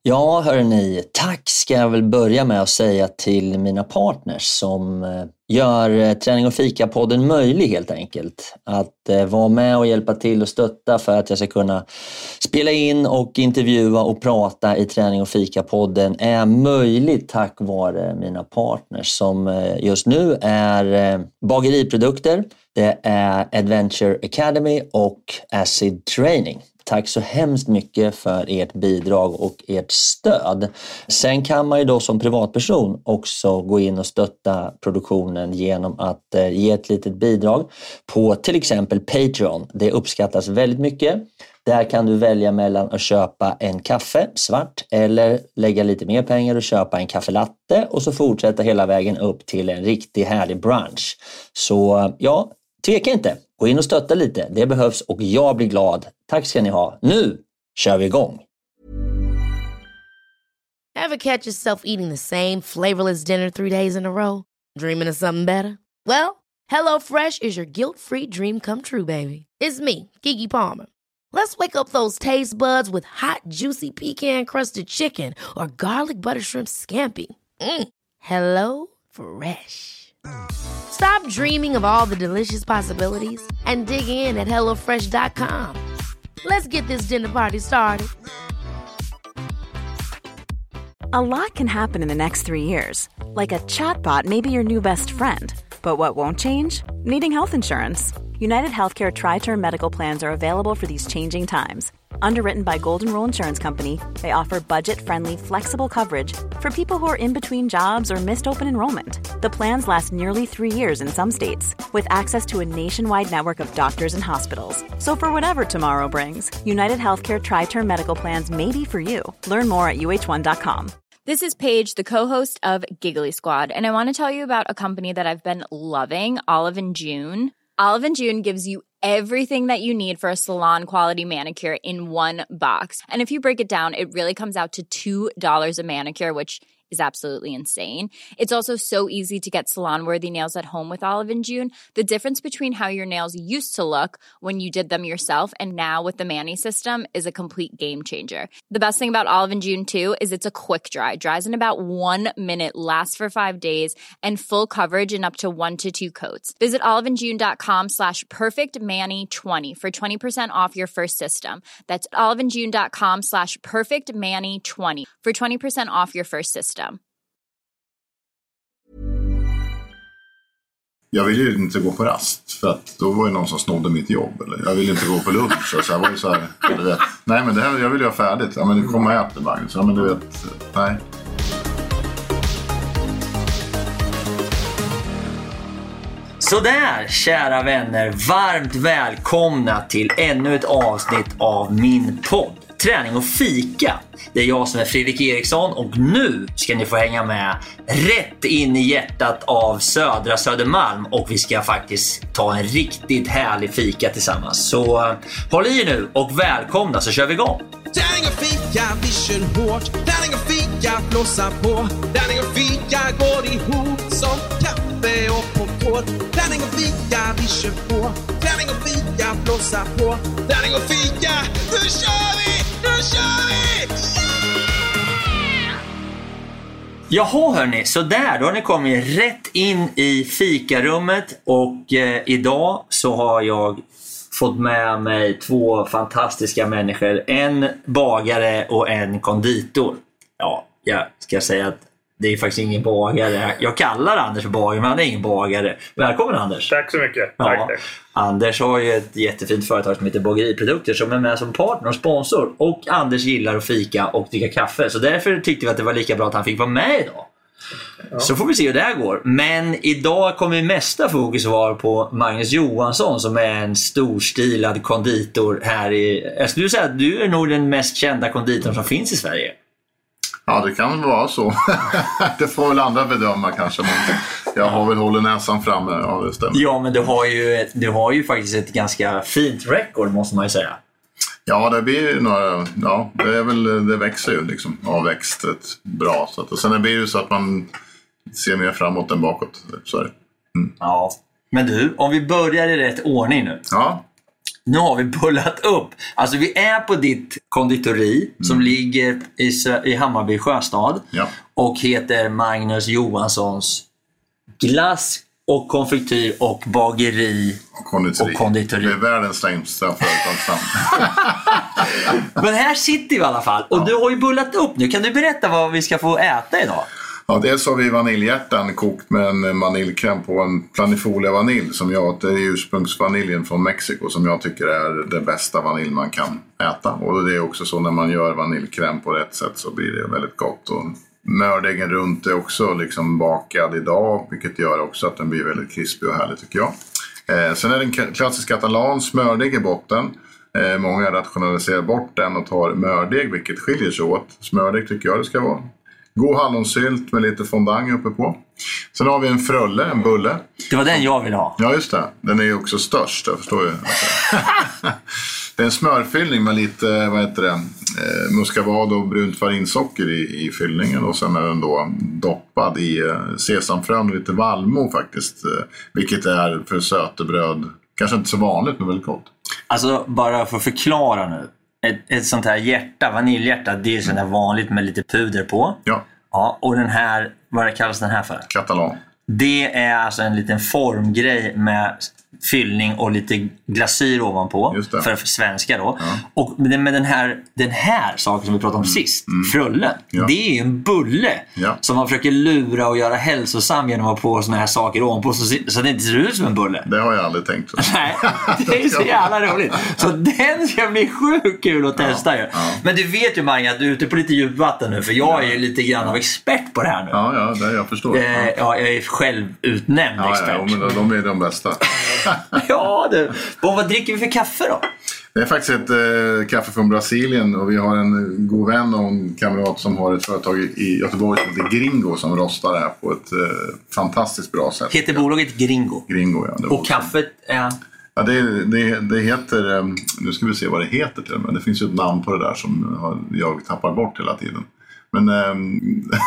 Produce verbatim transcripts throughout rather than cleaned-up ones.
Ja, hörni, tack ska jag väl börja med att säga till mina partners som gör Träning och Fika-podden möjlig helt enkelt. Att eh, vara med och hjälpa till och stötta för att jag ska kunna spela in och intervjua och prata i Träning och Fika-podden är möjligt tack vare mina partners som eh, just nu är eh, bageriprodukter, det är Adventure Academy och Acid Training. Tack så hemskt mycket för ert bidrag och ert stöd. Sen kan man ju då som privatperson också gå in och stötta produktionen genom att eh, ge ett litet bidrag på till exempel Patreon. Det uppskattas väldigt mycket. Där kan du välja mellan att köpa en kaffe svart eller lägga lite mer pengar och köpa en kaffelatte och så fortsätta hela vägen upp till en riktigt härlig brunch. Så ja, tveka inte. Gå in och stötta lite. Det behövs och jag blir glad. Tack ska ni ha. Nu kör vi igång. Ever catch yourself eating the same flavorless dinner three days in a row? Dreaming of something better? Well, HelloFresh is your guilt-free dream come true, baby. It's me, Keke Palmer. Let's wake up those taste buds with hot, juicy pecan-crusted chicken or garlic butter shrimp scampi. Mm. Hello Fresh. Stop dreaming of all the delicious possibilities and dig in at hello fresh dot com. Let's get this dinner party started. A lot can happen in the next three years. Like a chatbot may be your new best friend. But what won't change? Needing health insurance. United Healthcare Tri-Term Medical Plans are available for these changing times. Underwritten by Golden Rule Insurance Company, they offer budget-friendly, flexible coverage for people who are in between jobs or missed open enrollment. The plans last nearly three years in some states, with access to a nationwide network of doctors and hospitals. So for whatever tomorrow brings, United Healthcare Tri-Term Medical Plans may be for you. Learn more at U H one dot com. This is Paige, the co-host of Giggly Squad, and I want to tell you about a company that I've been loving, Olive and June. Olive and June gives you everything that you need for a salon-quality manicure in one box. And if you break it down, it really comes out to two dollars a manicure, which is absolutely insane. It's also so easy to get salon-worthy nails at home with Olive and June. The difference between how your nails used to look when you did them yourself and now with the Mani system is a complete game changer. The best thing about Olive and June, too, is it's a quick dry. Dries in about one minute, lasts for five days, and full coverage in up to one to two coats. Visit oliveandjune.com slash perfectmani20 for twenty percent off your first system. That's oliveandjune.com slash perfectmani20 for twenty percent off your first system. Jag ville ju inte gå på rast för att då var det någon som snodde mitt jobb, eller jag ville inte gå på lunch så jag var ju så här, du vet, nej men det här, jag vill ju ha färdigt, ja men det kommer jag äta bara, så ja, men du vet, nej. Så där, kära vänner, varmt välkomna till ännu ett avsnitt av min podd Träning och Fika. Det är jag som är Fredrik Eriksson och nu ska ni få hänga med rätt in i hjärtat av södra Södermalm och vi ska faktiskt ta en riktigt härlig fika tillsammans. Så håll i nu och välkomna så kör vi igång. Träning och fika, vi kör hårt. Träning och fika, blåsa på. Träning och fika går ihop som kaffe och popcorn. Träning och fika, vi kör på. Träning och fika, blåsa på. Träning och fika, nu kör vi! Nu kör vi! Yeah! Jaha hörni, så där då har ni kommit rätt in i fikarummet och eh, idag så har jag fått med mig två fantastiska människor. En bagare och en konditor. Ja, jag ska säga att det är faktiskt ingen bagare. Jag kallar Anders för bagare, men han är ingen bagare. Välkommen Anders. Tack så mycket. Ja, tack, tack. Anders har ju ett jättefint företag som heter Bageriprodukter som är med som partner och sponsor. Och Anders gillar att fika och dricka kaffe. Så därför tyckte vi att det var lika bra att han fick vara med idag. Ja. Så får vi se hur det här går. Men idag kommer mesta fokus vara på Magnus Johansson som är en storstilad konditor här i... Jag skulle säga att du är nog den mest kända konditorn som finns i Sverige. Ja, det kan vara så. Det får väl andra bedöma kanske. Men jag har väl hållit näsan framme. Ja, det stämmer. Ja, men du har ju, du har ju faktiskt ett ganska fint record måste man ju säga. Ja, det blir några, ja, det är väl, det växer ju liksom, avväxt ett bra. Så att, och sen det blir ju så att man ser mer framåt än bakåt. Så är det. Mm. Ja, men du, om vi börjar i rätt ordning nu. Ja. Nu har vi bullat upp. Alltså vi är på ditt konditori mm. som ligger i, i Hammarby Sjöstad ja. och heter Magnus Johanssons glass och konfektyr och bageri och konditori. Och konditori. Det är världens längsta företagsnamn. Men här sitter vi i alla fall. Och ja. du har ju bullat upp nu. Kan du berätta vad vi ska få äta idag? Ja, dels har vi vaniljhjärtan kokt med en vaniljkräm på en planifolia vanilj som jag, det är ursprungsvaniljen från Mexiko som jag tycker är det bästa vanilj man kan äta. Och det är också så när man gör vaniljkräm på rätt sätt så blir det väldigt gott. Och mördegen runt är också liksom bakad idag, vilket gör också att den blir väldigt krispig och härlig tycker jag. Eh, sen är det en klassisk katalan, smördeg i botten. Eh, många rationaliserar bort den och tar mördeg, vilket skiljer sig åt. Smördeg tycker jag det ska vara. God hallonsylt med lite fondant uppe på. Sen har vi en frölle, en bulle. Det var den jag ville ha. Ja, just det. Den är ju också störst, jag förstår ju. Det är en smörfyllning med lite, vad heter det, eh, muscavad och brunt farinsocker i, i fyllningen. Och sen är den då doppad i eh, sesamfrön och lite vallmo faktiskt. Eh, vilket är för sötebröd kanske inte så vanligt, men väldigt gott. Alltså, bara för att förklara nu. Ett, ett sånt här hjärta, vaniljhjärta, det är sånt här vanligt med lite puder på. Ja. Ja, och den här, vad kallas den här för? Katalan. Det är alltså en liten formgrej med fyllning och lite glasyr ovanpå för svenska då. Ja. Och med den här, den här saken som vi pratade om mm. sist, mm. frullen, ja. Det är ju en bulle ja. Som man försöker lura och göra hälsosam genom att ha på såna här saker ovanpå så, så det inte ser ut som en bulle. Det har jag aldrig tänkt på. Nej, det är så jävla roligt. Så den ska bli sjukt kul att testa. Ja. Ja. Men du vet ju Mange att du är ute på lite djupvatten nu, för jag är ju lite grann av expert på det här nu. Ja, ja, det jag förstår. Eh, ja, jag är själv utnämnd ja, expert. Ja, men de är de bästa. Ja, du. Vad dricker vi för kaffe då? Det är faktiskt ett eh, kaffe från Brasilien och vi har en god vän och en kamrat som har ett företag i Göteborg som heter Gringo som rostar det här på ett eh, fantastiskt bra sätt. Heter bolaget Gringo? Gringo, ja. Och kaffet är... Ja, det, det, det heter... Eh, nu ska vi se vad det heter till, men det finns ju ett namn på det där som jag tappar bort hela tiden. Men... Eh,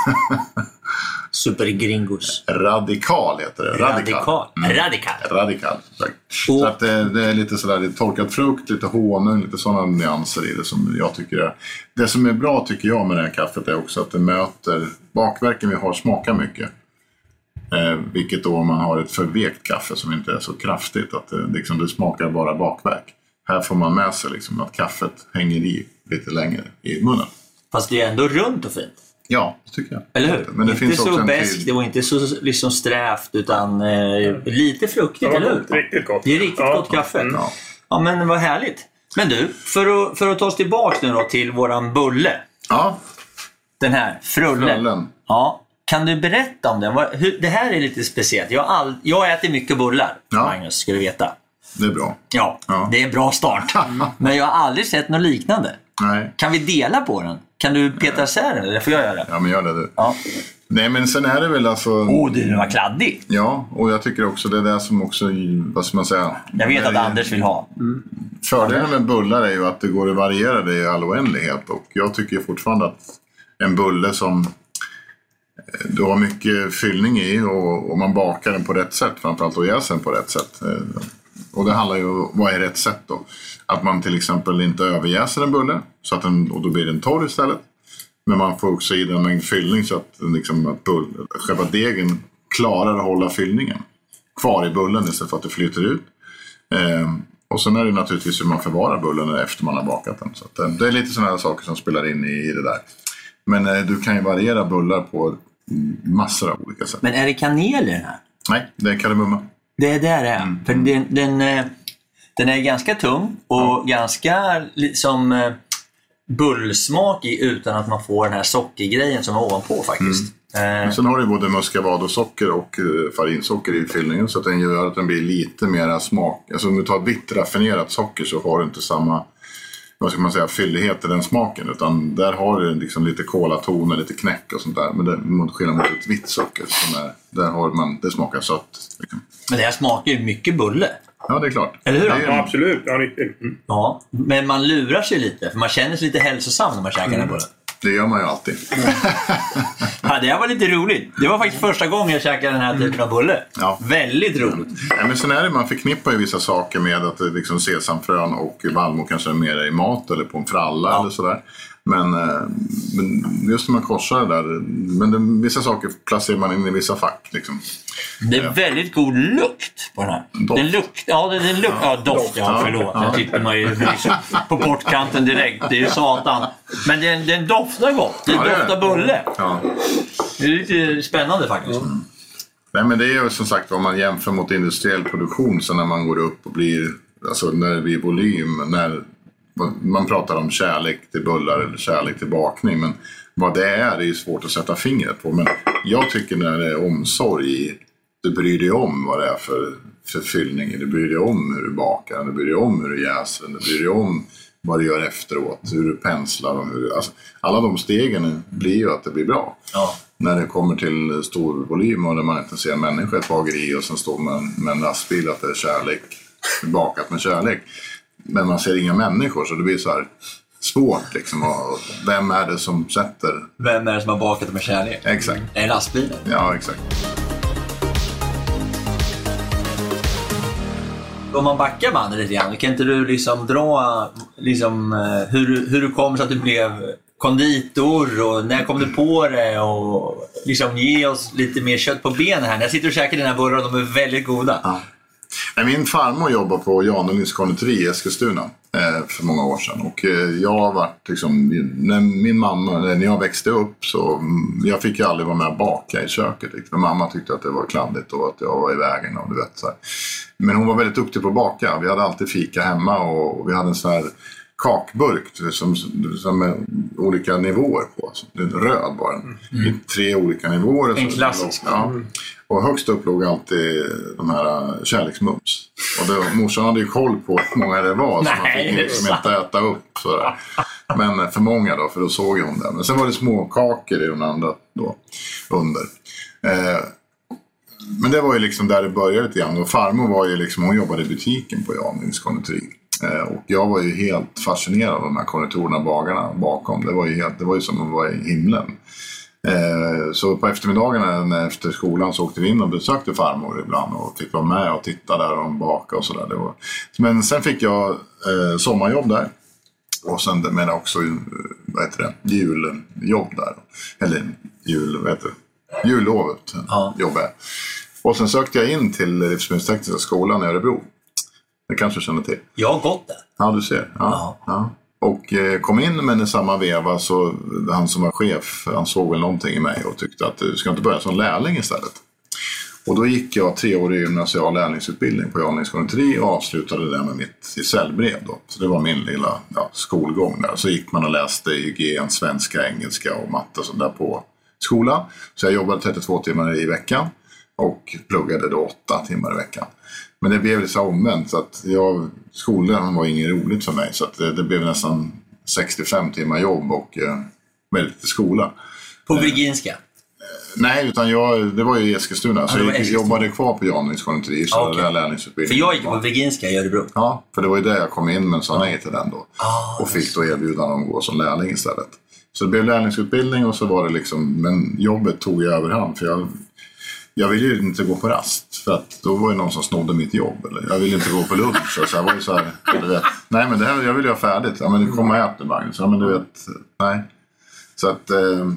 Supergringos. Radikal heter det. Radikal. Radikal. Mm. Radikal. Radikal. Så att det, det är lite sådär, det är torkad frukt, lite honung, lite sådana nyanser i det som jag tycker är... Det som är bra tycker jag med det här kaffet är också att det möter bakverken vi har smakar mycket. Eh, vilket då om man har ett förvekt kaffe som inte är så kraftigt att det, liksom, det smakar bara bakverk. Här får man med sig liksom, att kaffet hänger i lite längre i munnen. Fast det är ändå runt och fint. Ja, det tycker jag. Eller hur? Men det inte finns så också bäst, det var inte så liksom strävt utan eh, lite fruktigt, eller hur? Riktigt gott. Det är riktigt ja. gott kaffe. Mm. Ja. ja, men vad härligt. Men du, för att, för att ta oss tillbaka nu då till våran bulle. Ja. Den här, frullen. frullen. Ja. Kan du berätta om den? Hur, det här är lite speciellt. Jag, all, jag äter mycket bullar, ja. Magnus, ska du veta. Det är bra. Ja, ja. Det är en bra start. Men jag har aldrig sett något liknande. Nej. Kan vi dela på den? Kan du peta isär den? Eller får jag göra det? Ja, men gör det du. Ja. Nej, men sen är det väl alltså... Oh, du var kladdig. Ja, och jag tycker också det är det som också, vad ska man säga... Jag vet att det, Anders vill ha. Mm. Fördelen med bullar är ju att det går att variera det i all oändlighet. Och jag tycker fortfarande att en bulle som du har mycket fyllning i och, och man bakar den på rätt sätt, framförallt och jäser den på rätt sätt. Och det handlar ju om, vad är rätt sätt då? Att man till exempel inte överjäser en bulle så att den, och då blir den torr istället. Men man får också i den en mängd fyllning så att, liksom, att bull, själva degen klarar att hålla fyllningen kvar i bullen istället för att det flyter ut. Eh, och sen är det naturligtvis hur man förvarar bullen efter man har bakat den. Så att, eh, det är lite sådana här saker som spelar in i, i det där. Men eh, du kan ju variera bullar på massor av olika sätt. Men är det kanel i den här? Nej, det är kardemumma. Det är där det är. Mm. För den, den, den är ganska tung och ja. ganska liksom bullsmak i utan att man får den här sockergrejen som är ovanpå faktiskt. Mm. Eh. Sen har du både muscavad och socker och farinsocker i fyllningen så att den gör att den blir lite mer smak. Alltså om du tar ett vitt raffinerat socker så har du inte samma, vad ska man säga, fyllighet i den smaken, utan där har du liksom lite kolatoner, lite knäck och sånt där, men det mot skillnad mot ett vitt socker som är, där har man, det smakar sött liksom. Men det här smakar ju mycket bulle. Ja, det är klart. Eller hur? Ja, ja, absolut. Ja, riktigt. Mm. Ja, men man lurar sig lite, för man känner sig lite hälsosam när man käkar mm. den här bullen. Det gör man ju alltid. Ja, det här var lite roligt. Det var faktiskt första gången jag käkade den här typen av bulle. Ja. Väldigt roligt. Ja, men sen är det, man förknippar ju vissa saker med att det liksom sesamfrön och vallmo kanske är mer i mat eller på en fralla ja. eller sådär. Men, men just när man korsar det där, men det, vissa saker placerar man in i vissa fack liksom. Det är ja. väldigt god lukt på den här. Doft. Den lukt, ja, det är en lukt. Ja, doft, ja, förlåt. Ja. Den tycker man ju liksom på portkanten direkt. Det är ju satan. Men den, den doftar gott. Den ja, doftar bulle. Ja. Det är lite spännande faktiskt. Mm. Nej, men det är ju som sagt om man jämför mot industriell produktion, så när man går upp och blir, alltså när det blir volym, när man pratar om kärlek till bullar eller kärlek till bakning, men vad det är, det är svårt att sätta fingret på. Men jag tycker när det är omsorg, du bryr dig om vad det är för, för fyllning, du bryr dig om hur du bakar, du bryr dig om hur du jäser, du bryr dig om vad du gör efteråt, hur du penslar och hur, alltså, alla de stegen blir ju att det blir bra. Ja. När det kommer till stor volym och när man inte ser en människa ett bageri och sen står man med en lastbil att det är kärlek, bakat med kärlek. Men man ser inga människor, så det blir så här svårt liksom. Och vem är det som sätter... Vem är det som har bakat med kärlek? Exakt. Är det lastbilen? Ja, exakt. Om man backar bandet lite grann, kan inte du liksom dra liksom, hur, hur du kom så att du blev konditor och när kom du på det och liksom ge oss lite mer kött på benen här. När jag sitter och käkar dina bullar och de är väldigt goda. Ja. Min farmor jobbade på Janelins konditori i Eskilstuna eh, för många år sedan. Och eh, jag har varit liksom, när min mamma, när jag växte upp så jag fick ju aldrig vara med och baka i köket. Liksom. Mamma tyckte att det var kladdigt och att jag var i vägen och du vet så här. Men hon var väldigt duktig på att baka. Vi hade alltid fika hemma och vi hade en sån här kakburk som, som med olika nivåer på. Så, röd var den. Mm. I tre olika nivåer. En klassisk. Ja. Och högst upp låg alltid de här kärleksmums. Och det, morsan hade ju koll på hur många det var. Så man fick liksom inte äta upp. Sådär. Men för många då, för då såg hon det. Men sen var det små kakor i de andra då, under. Eh, men det var ju liksom där det började lite grann. Och farmor var ju liksom, hon jobbade i butiken på Janelins konditori. Eh, och jag var ju helt fascinerad av de här konditorerna, bagarna bakom. Det var ju, helt, det var ju som att vara i himlen. Så på eftermiddagarna efter skolan så åkte vi in och besökte farmor ibland och fick vara med och titta där och de bakade och sådär. Var... Men sen fick jag eh, sommarjobb där och sen men också vad heter det, juljobb där. Eller jul, vad heter det? Jullovet ja. jobbade. Och sen sökte jag in till livsmedelstekniska skolan i Örebro. Det kanske du känner till. Jag har gått där. Ja, du ser. Ja, ja. Och eh, kom in, men i samma veva så han som var chef, han såg väl någonting i mig och tyckte att du ska inte börja som lärling istället. Och då gick jag treårig gymnasial lärlingsutbildning på Janelins konditori och avslutade det med mitt gesällbrev då. Så det var min lilla ja, skolgång där. Så gick man och läste hygien, svenska, engelska och matte och sånt där på skolan. Så jag jobbade trettiotvå timmar i veckan och pluggade då åtta timmar i veckan. Men det blev så omvänt så att jag, skolan var inget roligt för mig så att det, det blev nästan sextiofem timmar jobb och eh, väldigt lite skola. På Virginska? Eh, nej, utan jag, det var ju i Eskilstuna ja, så jag Eskilstuna. jobbade kvar på Janelins konditori så okay. där lärlingsutbildning. För jag gick på Virginska i Örebro? Ja, för det var ju där jag kom in men sa nej till den då. Ah, och fick då erbjudan om att gå som lärling istället. Så det blev lärlingsutbildning och så var det liksom, men jobbet tog ju överhand för jag... Jag ville ju inte gå på rast för att då var det någon som snodde mitt jobb. Eller jag ville inte gå på lunch. Så jag var ju så här, du vet, nej men det här, jag vill ju ha färdigt. Ja men det kommer jag äta Magnus. Ja men du vet, nej. Så att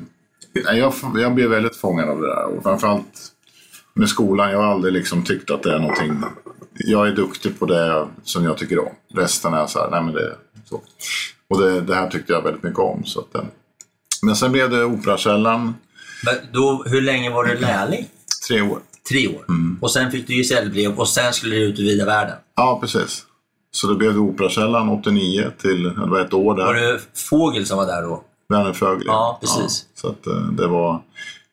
eh, jag, jag blev väldigt fångad av det där. Och framförallt med skolan, jag har aldrig liksom tyckt att det är någonting. Jag är duktig på det som jag tycker om. Resten är så här, nej men det är så. Och det, det här tyckte jag väldigt mycket om. Så att, men sen blev det Operakällan. Men då, hur länge var du lärling? Tre år. Tre år. Mm. Och sen fick du ju gesällbrev och sen skulle du ut i vida världen. Ja, precis. Så det blev Operakällan åttionio till, det var ett år där. Var det Fågel som var där då? Werner Fögel. Ja, precis. Ja, så att det var...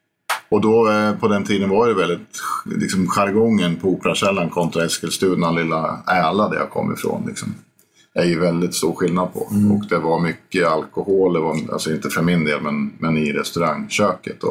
Och då på den tiden var det väldigt, liksom jargongen på Operakällan kontra Eskilstuna, lilla Äla där jag kom ifrån liksom. är ju väldigt stor skillnad på. Mm. Och det var mycket alkohol, det var, alltså inte för min del, men, men i restaurangköket. Och ja.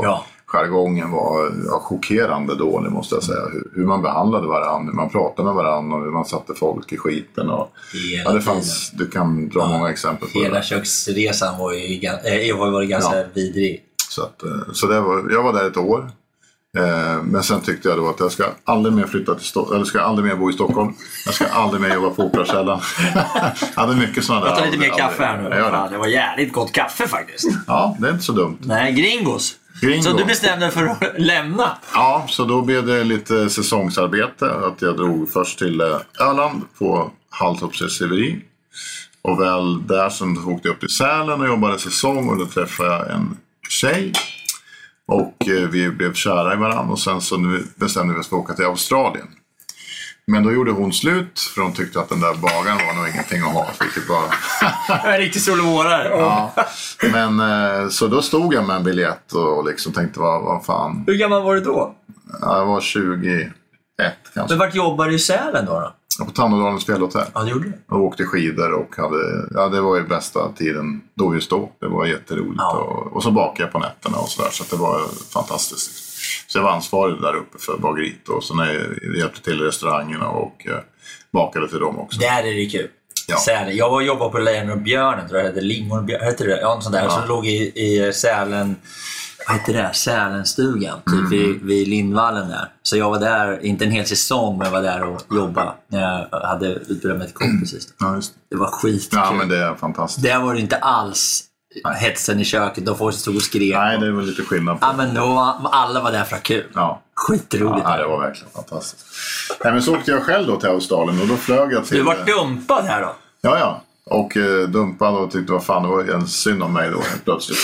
jargongen var ja, chockerande dålig måste jag säga. Hur, hur man behandlade varandra, hur man pratade med varandra och hur man satte folk i skiten. Och, ja, det fanns, du kan dra ja, många exempel på hela det. Hela köksresan var ju äh, var ganska ja. vidrig. Så, att, så det var, jag var där ett år. Eh, men sen tyckte jag då att jag ska aldrig mer flytta till Stockholm, eller ska aldrig mer bo i Stockholm. Jag ska aldrig mer jobba på Operakällan. Jag hade mycket sådana där. Jag tar lite mer kaffe här nu. Ja, det. det var jävligt gott kaffe faktiskt. Ja, det är inte så dumt. Nej, gringos. Gringo. Så du bestämde för att lämna? Ja, så då blev det lite säsongsarbete. Att jag drog först till Öland på Halltorpsreveri. Och väl där sen åkte jag upp till Sälen och jobbade säsong. Och då träffade jag en tjej. Och eh, vi blev kära i varandra. Och sen så nu bestämde vi oss för att åka till Australien. Men då gjorde hon slut. För hon tyckte att den där bagaren var nog ingenting att ha. Vilket bara... Jag är riktigt solvårare. Ja. Men eh, så då stod jag med en biljett. Och liksom tänkte, vad, vad fan. Hur gammal var du då? Jag var tjugoett kanske. Men vart jobbade du i Sälen då? då? På Tannådalens fjällhotell. Ja, det gjorde du. Och åkte skidor och hade, ja det var ju bästa tiden då just då. Det var jätteroligt. Ja. Och, och så bakade jag på nätterna och sådär. Så att det var fantastiskt. Så jag var ansvarig där uppe för bageriet. Och så när jag hjälpte till i restaurangerna och eh, bakade till dem också. Där är det kul. Ja. Sälen. Jag var och jobbade på Lejon och Björnen, tror jag hette. Lingon och Björnen, hette det? Ja, en sån där. Ja. Så låg i, i Sälen... Vad heter det? Sälenstugan typ mm. vid, vid Lindvallen där. Så jag var där, inte en hel säsong, men jag var där och jobbade när jag hade utbildat mig till kock precis. Ja, just det. Det var skitkul. Ja, men det är fantastiskt. Där var det inte alls hetsen i köket, då folk stod och skrek. Nej, det var lite skillnad på. Ja, men då var, alla var där för kul. Ja. Skitroligt. Ja, det var verkligen fantastiskt. Nej, men så åkte jag själv då till Australien och då flög jag till... Du var dumpad här då? Ja, ja. Och eh, dumpad och tyckte, vad fan, det var en synd om mig då helt plötsligt.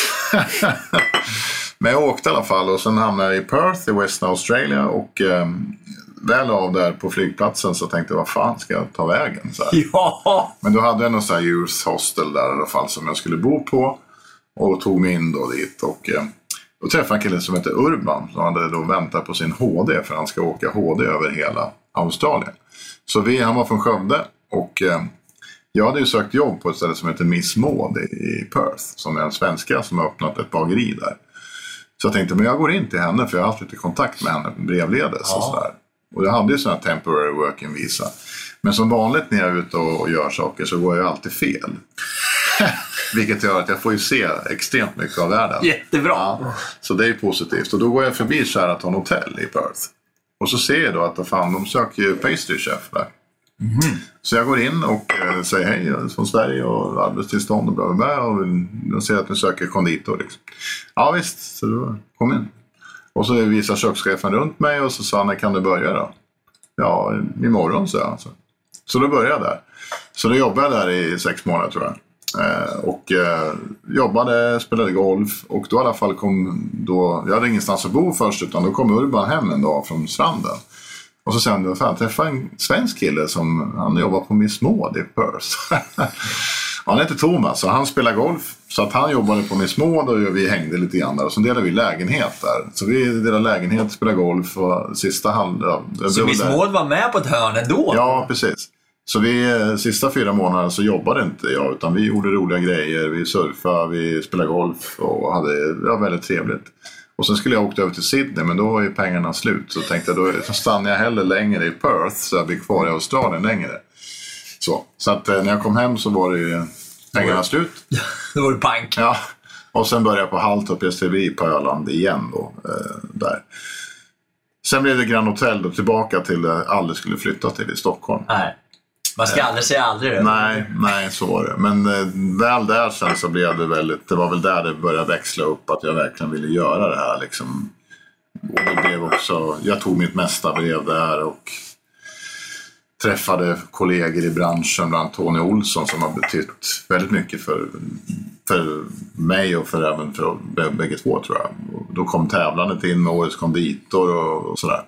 Men jag åkte i alla fall och sen hamnade jag i Perth i Western Australia och eh, väl av där på flygplatsen så tänkte jag, vad fan ska jag ta vägen? Så här. Ja. Men då hade jag någon sån här youth hostel där i alla fall som jag skulle bo på och tog mig in då dit och eh, då träffade en kille som heter Urban som hade då väntat på sin H D för han ska åka H D över hela Australien. Så vi, han var från Skövde och eh, jag hade ju sökt jobb på ett ställe som heter Miss Maud i Perth som är en svenska som har öppnat ett bageri där. Så jag tänkte, men jag går in till henne för jag har haft lite kontakt med henne brevledes ja. och sådär. Och jag hade ju sån här temporary working visa. Men som vanligt när jag är ute och gör saker så går jag alltid fel. Vilket gör att jag får ju se extremt mycket av världen. Jättebra. Ja, så det är positivt. Och då går jag förbi Sheraton Hotel i Perth. Och så ser jag då att fan, de söker ju pastry chef där. Mm. Så jag går in och äh, säger hej, jag är från Sverige och arbetstillstånd och bla bla bla. Och jag ser att du söker konditor. Liksom. Ja visst, så då kom in. Och så visar kökschefen runt mig och så sa han, när kan du börja då? Ja, imorgon så jag. Så. så då började jag där. Så då jobbade jag där i sex månader tror jag. Eh, och eh, jobbade, spelade golf och då i alla fall kom då, jag hade ingenstans att bo först utan då kom Urban hem en dag från stranden. Och så sen då, fan, träffade en svensk kille som han jobbar på Miss Maud i Perth. Han heter Thomas och han spelar golf. Så att han jobbade på Miss Maud och vi hängde lite grann där. Och så delade vi lägenhet där. Så vi delade lägenhet, spelade golf och sista halv... Ja, så Miss Maud var med på ett hörn ändå? Ja, precis. Så vi, sista fyra månader så jobbade inte jag utan vi gjorde roliga grejer. Vi surfade, vi spelade golf och hade ja, väldigt trevligt. Och sen skulle jag åka över till Sydney men då var ju pengarna slut. Så tänkte jag, då så stannar jag hellre längre i Perth så jag blir kvar i Australien längre. Så, så att när jag kom hem så var det ju pengarna slut. Då var det pank. Ja, och sen började jag på Halltorpsreveri på Öland igen då, eh, där. Sen blev det Grand Hotel då tillbaka till där jag aldrig skulle flytta till i Stockholm. Nej, man ska aldrig säga aldrig det. Nej, nej, så var det. Men eh, väl där sen så blev det väldigt, det var väl där det började växla upp att jag verkligen ville göra det här liksom. Och det blev också, jag tog mitt mesta brev där och träffade kollegor i branschen, bland Tony Olsson som har betytt väldigt mycket för, för mig och för även för bägge två tror jag. Och då kom tävlandet in med Årets konditor och, och sådär.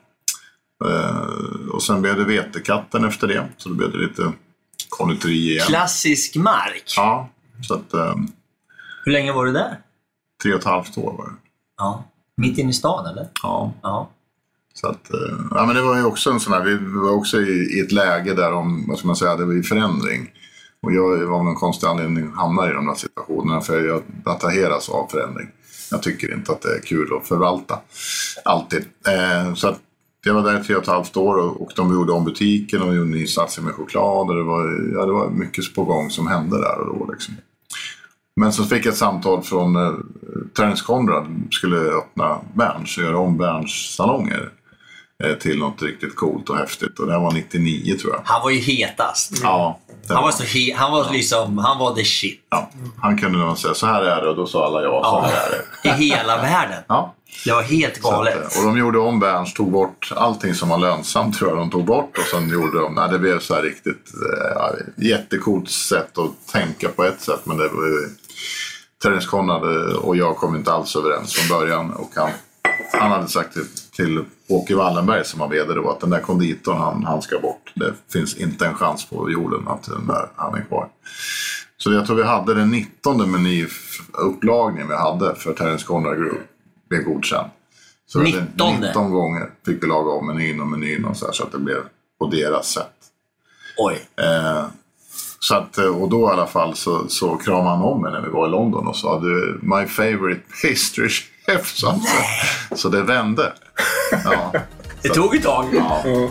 Uh, och sen blev det Vetekatten efter det. Så då blev det lite konditori igen. Klassisk mark. Ja. Så att, um, hur länge var du där? Tre och ett halvt år var det. Ja. Mitt inne i stan eller? Ja. Ja. Så att, uh, ja men det var ju också en sån här, vi var också i, i ett läge där om, vad ska man säga, det var i förändring. Och jag var av någon konstig anledning hamnar i de här situationerna för jag attraheras av förändring. jag tycker inte att det är kul att förvalta alltid. Eh, så att jag var där i tre och ett halvt år och, och de gjorde om butiken och gjorde ny satsning med choklad. Och det, var, ja, det var mycket på gång som hände där och då. Liksom. Men så fick jag ett samtal från eh, Terence Conrad skulle öppna Berns och göra om Berns salonger eh, till något riktigt coolt och häftigt. Och det här var nittionio tror jag. Han var ju hetast. Mm. Ja. Han var, så he- han var liksom, han var the shit. Ja, han kunde nog säga så här är det och då sa alla ja, så ja. här är det. I hela världen. Ja. Det var helt galet. Att, och de gjorde om Berns, tog bort allting som var lönsamt tror jag de tog bort. Och sen gjorde de, nej det blev så här riktigt ja, jättecoolt sätt att tänka på ett sätt. Men det var Terence Conrad och jag kom inte alls överens från början. Och han, han hade sagt till, till Åke Wallenberg som var vd då att den där konditorn han, han ska bort. Det finns inte en chans på jorden att den där, han är kvar. Så jag tror vi hade den nittonde menyupplagningen vi hade för Terence Conrad Group. Blev godkänd. Så nittonde nitton gånger fick vi laga om menyn och menyn och så, här, så att det blev på deras sätt. Oj. Eh, så att, och då i alla fall så, så kramade han om mig när vi var i London och sa du, my favorite pastry chef. Så, så det vände. Ja, det tog ett tag. Ja. Mm.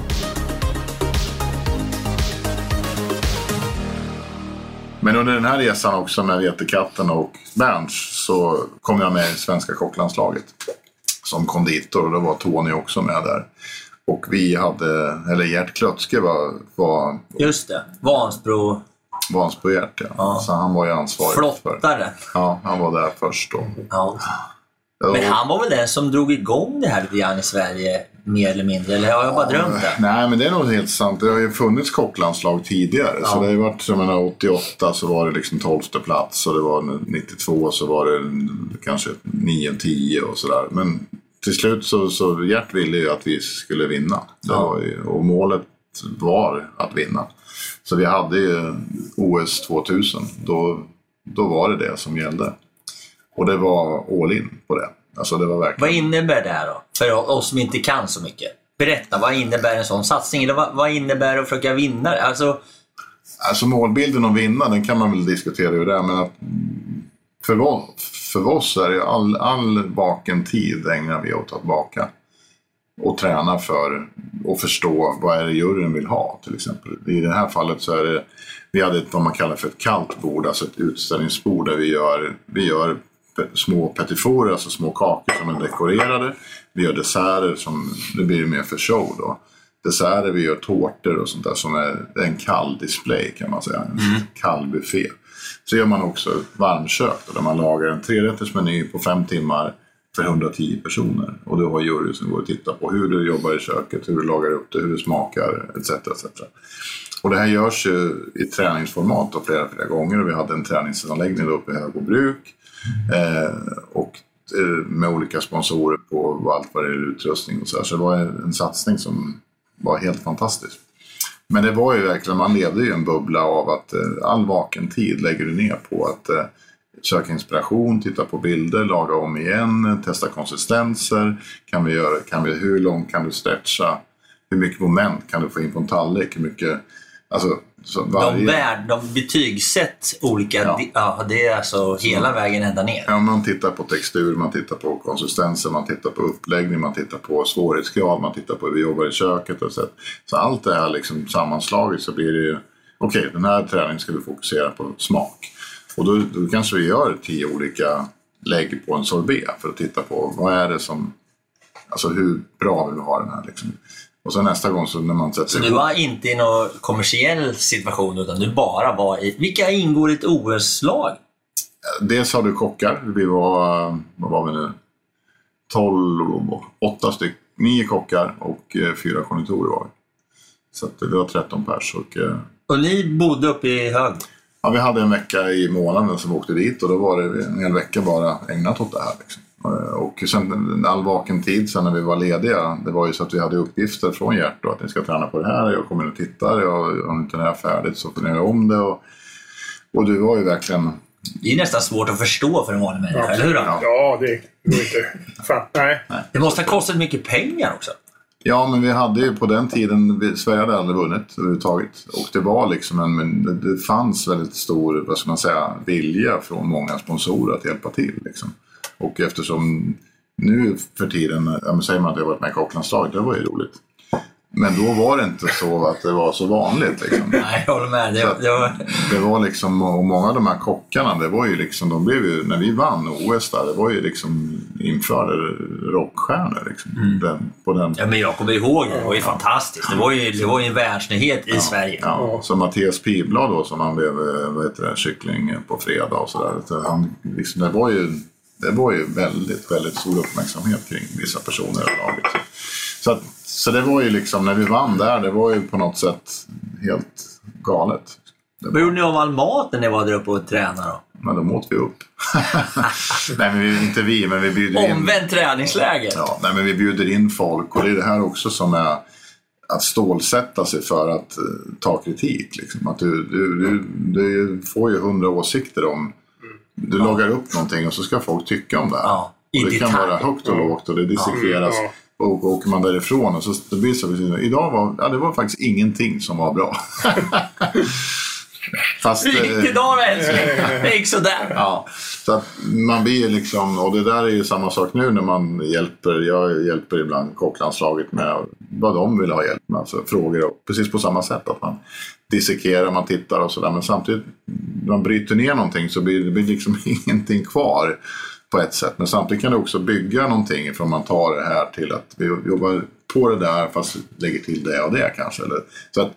Men under den här resan också med Vetekatten och Berns så kom jag med i svenska kocklandslaget som konditor och då var Tony också med där. Och vi hade, eller Gert Klötske var, var just det, Vansbro Vansbro Gert, ja. Ja. Så han var ju ansvarig flottare. För. Ja, han var där först då. Ja. Men han var väl den som drog igång det här lite grann i Sverige mer eller mindre, eller har jag bara drömt det? Nej, men det är nog helt sant. Det har ju funnits kocklandslag tidigare. Ja. Så det har ju varit, som jag menar, åttioåtta så var det liksom tolfte plats och det var nittiotvå så var det kanske nio tio och sådär. Men till slut så, så Gert ville ju att vi skulle vinna. Det var ju, och målet var att vinna. Så vi hade ju O S tvåtusen. Då, då var det det som gällde. Och det var all in på det. Alltså det var verkligen... Vad innebär det här då? För oss som inte kan så mycket. Berätta, vad innebär en sån satsning? Eller vad, vad innebär det att försöka vinna? Alltså... alltså målbilden att vinna, den kan man väl diskutera hur det är. Men att för, oss, för oss är det all, all vaken tid ägnar vi åt att baka. Och träna för och förstå vad är det juryn vill ha till exempel. I det här fallet så är det, vi hade ett, vad man kallar för ett kallt bord, alltså ett utställningsbord där vi gör, vi gör små petiforer, alltså små kakor som är dekorerade. Vi gör desserter som, det blir mer för show då. Desserter, vi gör tårtor och sånt där som är en kall display kan man säga, en mm. kall buffé. Så gör man också varmkök där man lagar en trerättersmeny på fem timmar för hundratio personer. Och du har jury som går och tittar på hur du jobbar i köket, hur du lagar upp det, hur det smakar, et cetera et cetera. Och det här görs ju i träningsformat och flera, flera gånger. Och vi hade en träningsanläggning uppe i Högobruk. Eh, och eh, med olika sponsorer på allt vad det är utrustning och så här. Så det var en satsning som var helt fantastisk. Men det var ju verkligen, man levde ju en bubbla av att eh, all vaken tid lägger du ner på att eh, söka inspiration, titta på bilder, laga om igen, testa konsistenser. Kan vi göra, kan vi, hur långt kan du stretcha? Hur mycket moment kan du få in på en tallrik? Hur mycket, alltså, så varje... De, värld, de betygsätt olika, ja. Ja, det är alltså hela så, vägen ända ner. Ja, man tittar på textur, man tittar på konsistenser, man tittar på uppläggning, man tittar på svårighetsgrad, man tittar på hur vi jobbar i köket och så. Så allt det här liksom sammanslaget så blir det ju, okej, okay, den här träningen ska vi fokusera på smak. Och då, då kanske vi gör tio olika lägg på en sorbet för att titta på vad är det som, alltså hur bra vill vi ha den här liksom. Och sen nästa gång så när man sätter... Så du var inte i någon kommersiell situation utan du bara var i... Vilka ingår i ett O S-lag? Dels har du kockar. Vi var, vad var vi nu? tolv, åtta stycken, nio kockar och fyra konditorer var vi. Så att det var tretton pers. Och, och ni bodde uppe i Hög? Ja, vi hade en vecka i månaden som åkte dit och då var det en hel vecka bara ägnat åt det här liksom. Och sen all vaken tid sen när vi var lediga, det var ju så att vi hade uppgifter från Gert då, att ni ska träna på det här, jag kommer in och tittar, jag har inte det här färdigt så får ni göra om det och, och du var ju verkligen... Det är nästan svårt att förstå för en vanlig människa, ja. eller hur då? Ja, ja det går inte. Fan, nej. Det måste ha kostat mycket pengar också. Ja, men vi hade ju på den tiden, vi, Sverige hade aldrig vunnit överhuvudtaget. Och det var liksom en, men det, det fanns väldigt stor, vad ska man säga, vilja från många sponsorer att hjälpa till liksom. Och eftersom nu för tiden, ja, säger man att jag har varit med i kocklandslaget, det var ju roligt. Men då var det inte så att det var så vanligt. Liksom. Nej, jag håller med. Det, det, var... det var liksom, och många av de här kockarna, det var ju liksom, de blev ju, när vi vann O S där, det var ju liksom införde rockstjärnor. Liksom, mm. den, på den. Ja, men jag kommer ihåg det, det var ju ja. fantastiskt. Det var ju, det var ju en världsnyhet i ja. Sverige. Ja, så Mattias Pibla då, som han blev, vad heter det, kyckling på fredag och sådär. Så han, liksom, det var ju, det var ju väldigt, väldigt stor uppmärksamhet kring vissa personer i laget. Så att, Så det var ju liksom, när vi vann där, det var ju på något sätt helt galet. Vad gjorde ni av all mat när ni var där uppe och tränade då? Men då måste vi upp. Nej, men vi, inte vi, men vi bjuder in... Omvänt träningsläger. Ja, nej, men vi bjuder in folk. Och det är det här också som är att stålsätta sig för att uh, ta kritik. Liksom. Att du, du, du, du får ju hundra åsikter om... Du ja. lagar upp någonting och så ska folk tycka om det här. Ja, och det kan vara högt och lågt och det dissekreras. Ja. Och åker man därifrån och så det blir så idag var ja, det var faktiskt ingenting som var bra. Fast riktigt idag är det gick så där. Ja, så att man blir liksom, och det där är ju samma sak nu när man hjälper, jag hjälper ibland kocklandslaget med vad de vill ha hjälp med, alltså frågor och precis på samma sätt att man dissekerar, man tittar och sådär, men samtidigt man bryter ner någonting så blir det blir liksom ingenting kvar på ett sätt, men samtidigt kan det också bygga någonting ifrån man tar det här till att vi jobbar på det där fast lägger till det och det kanske. Eller, så att,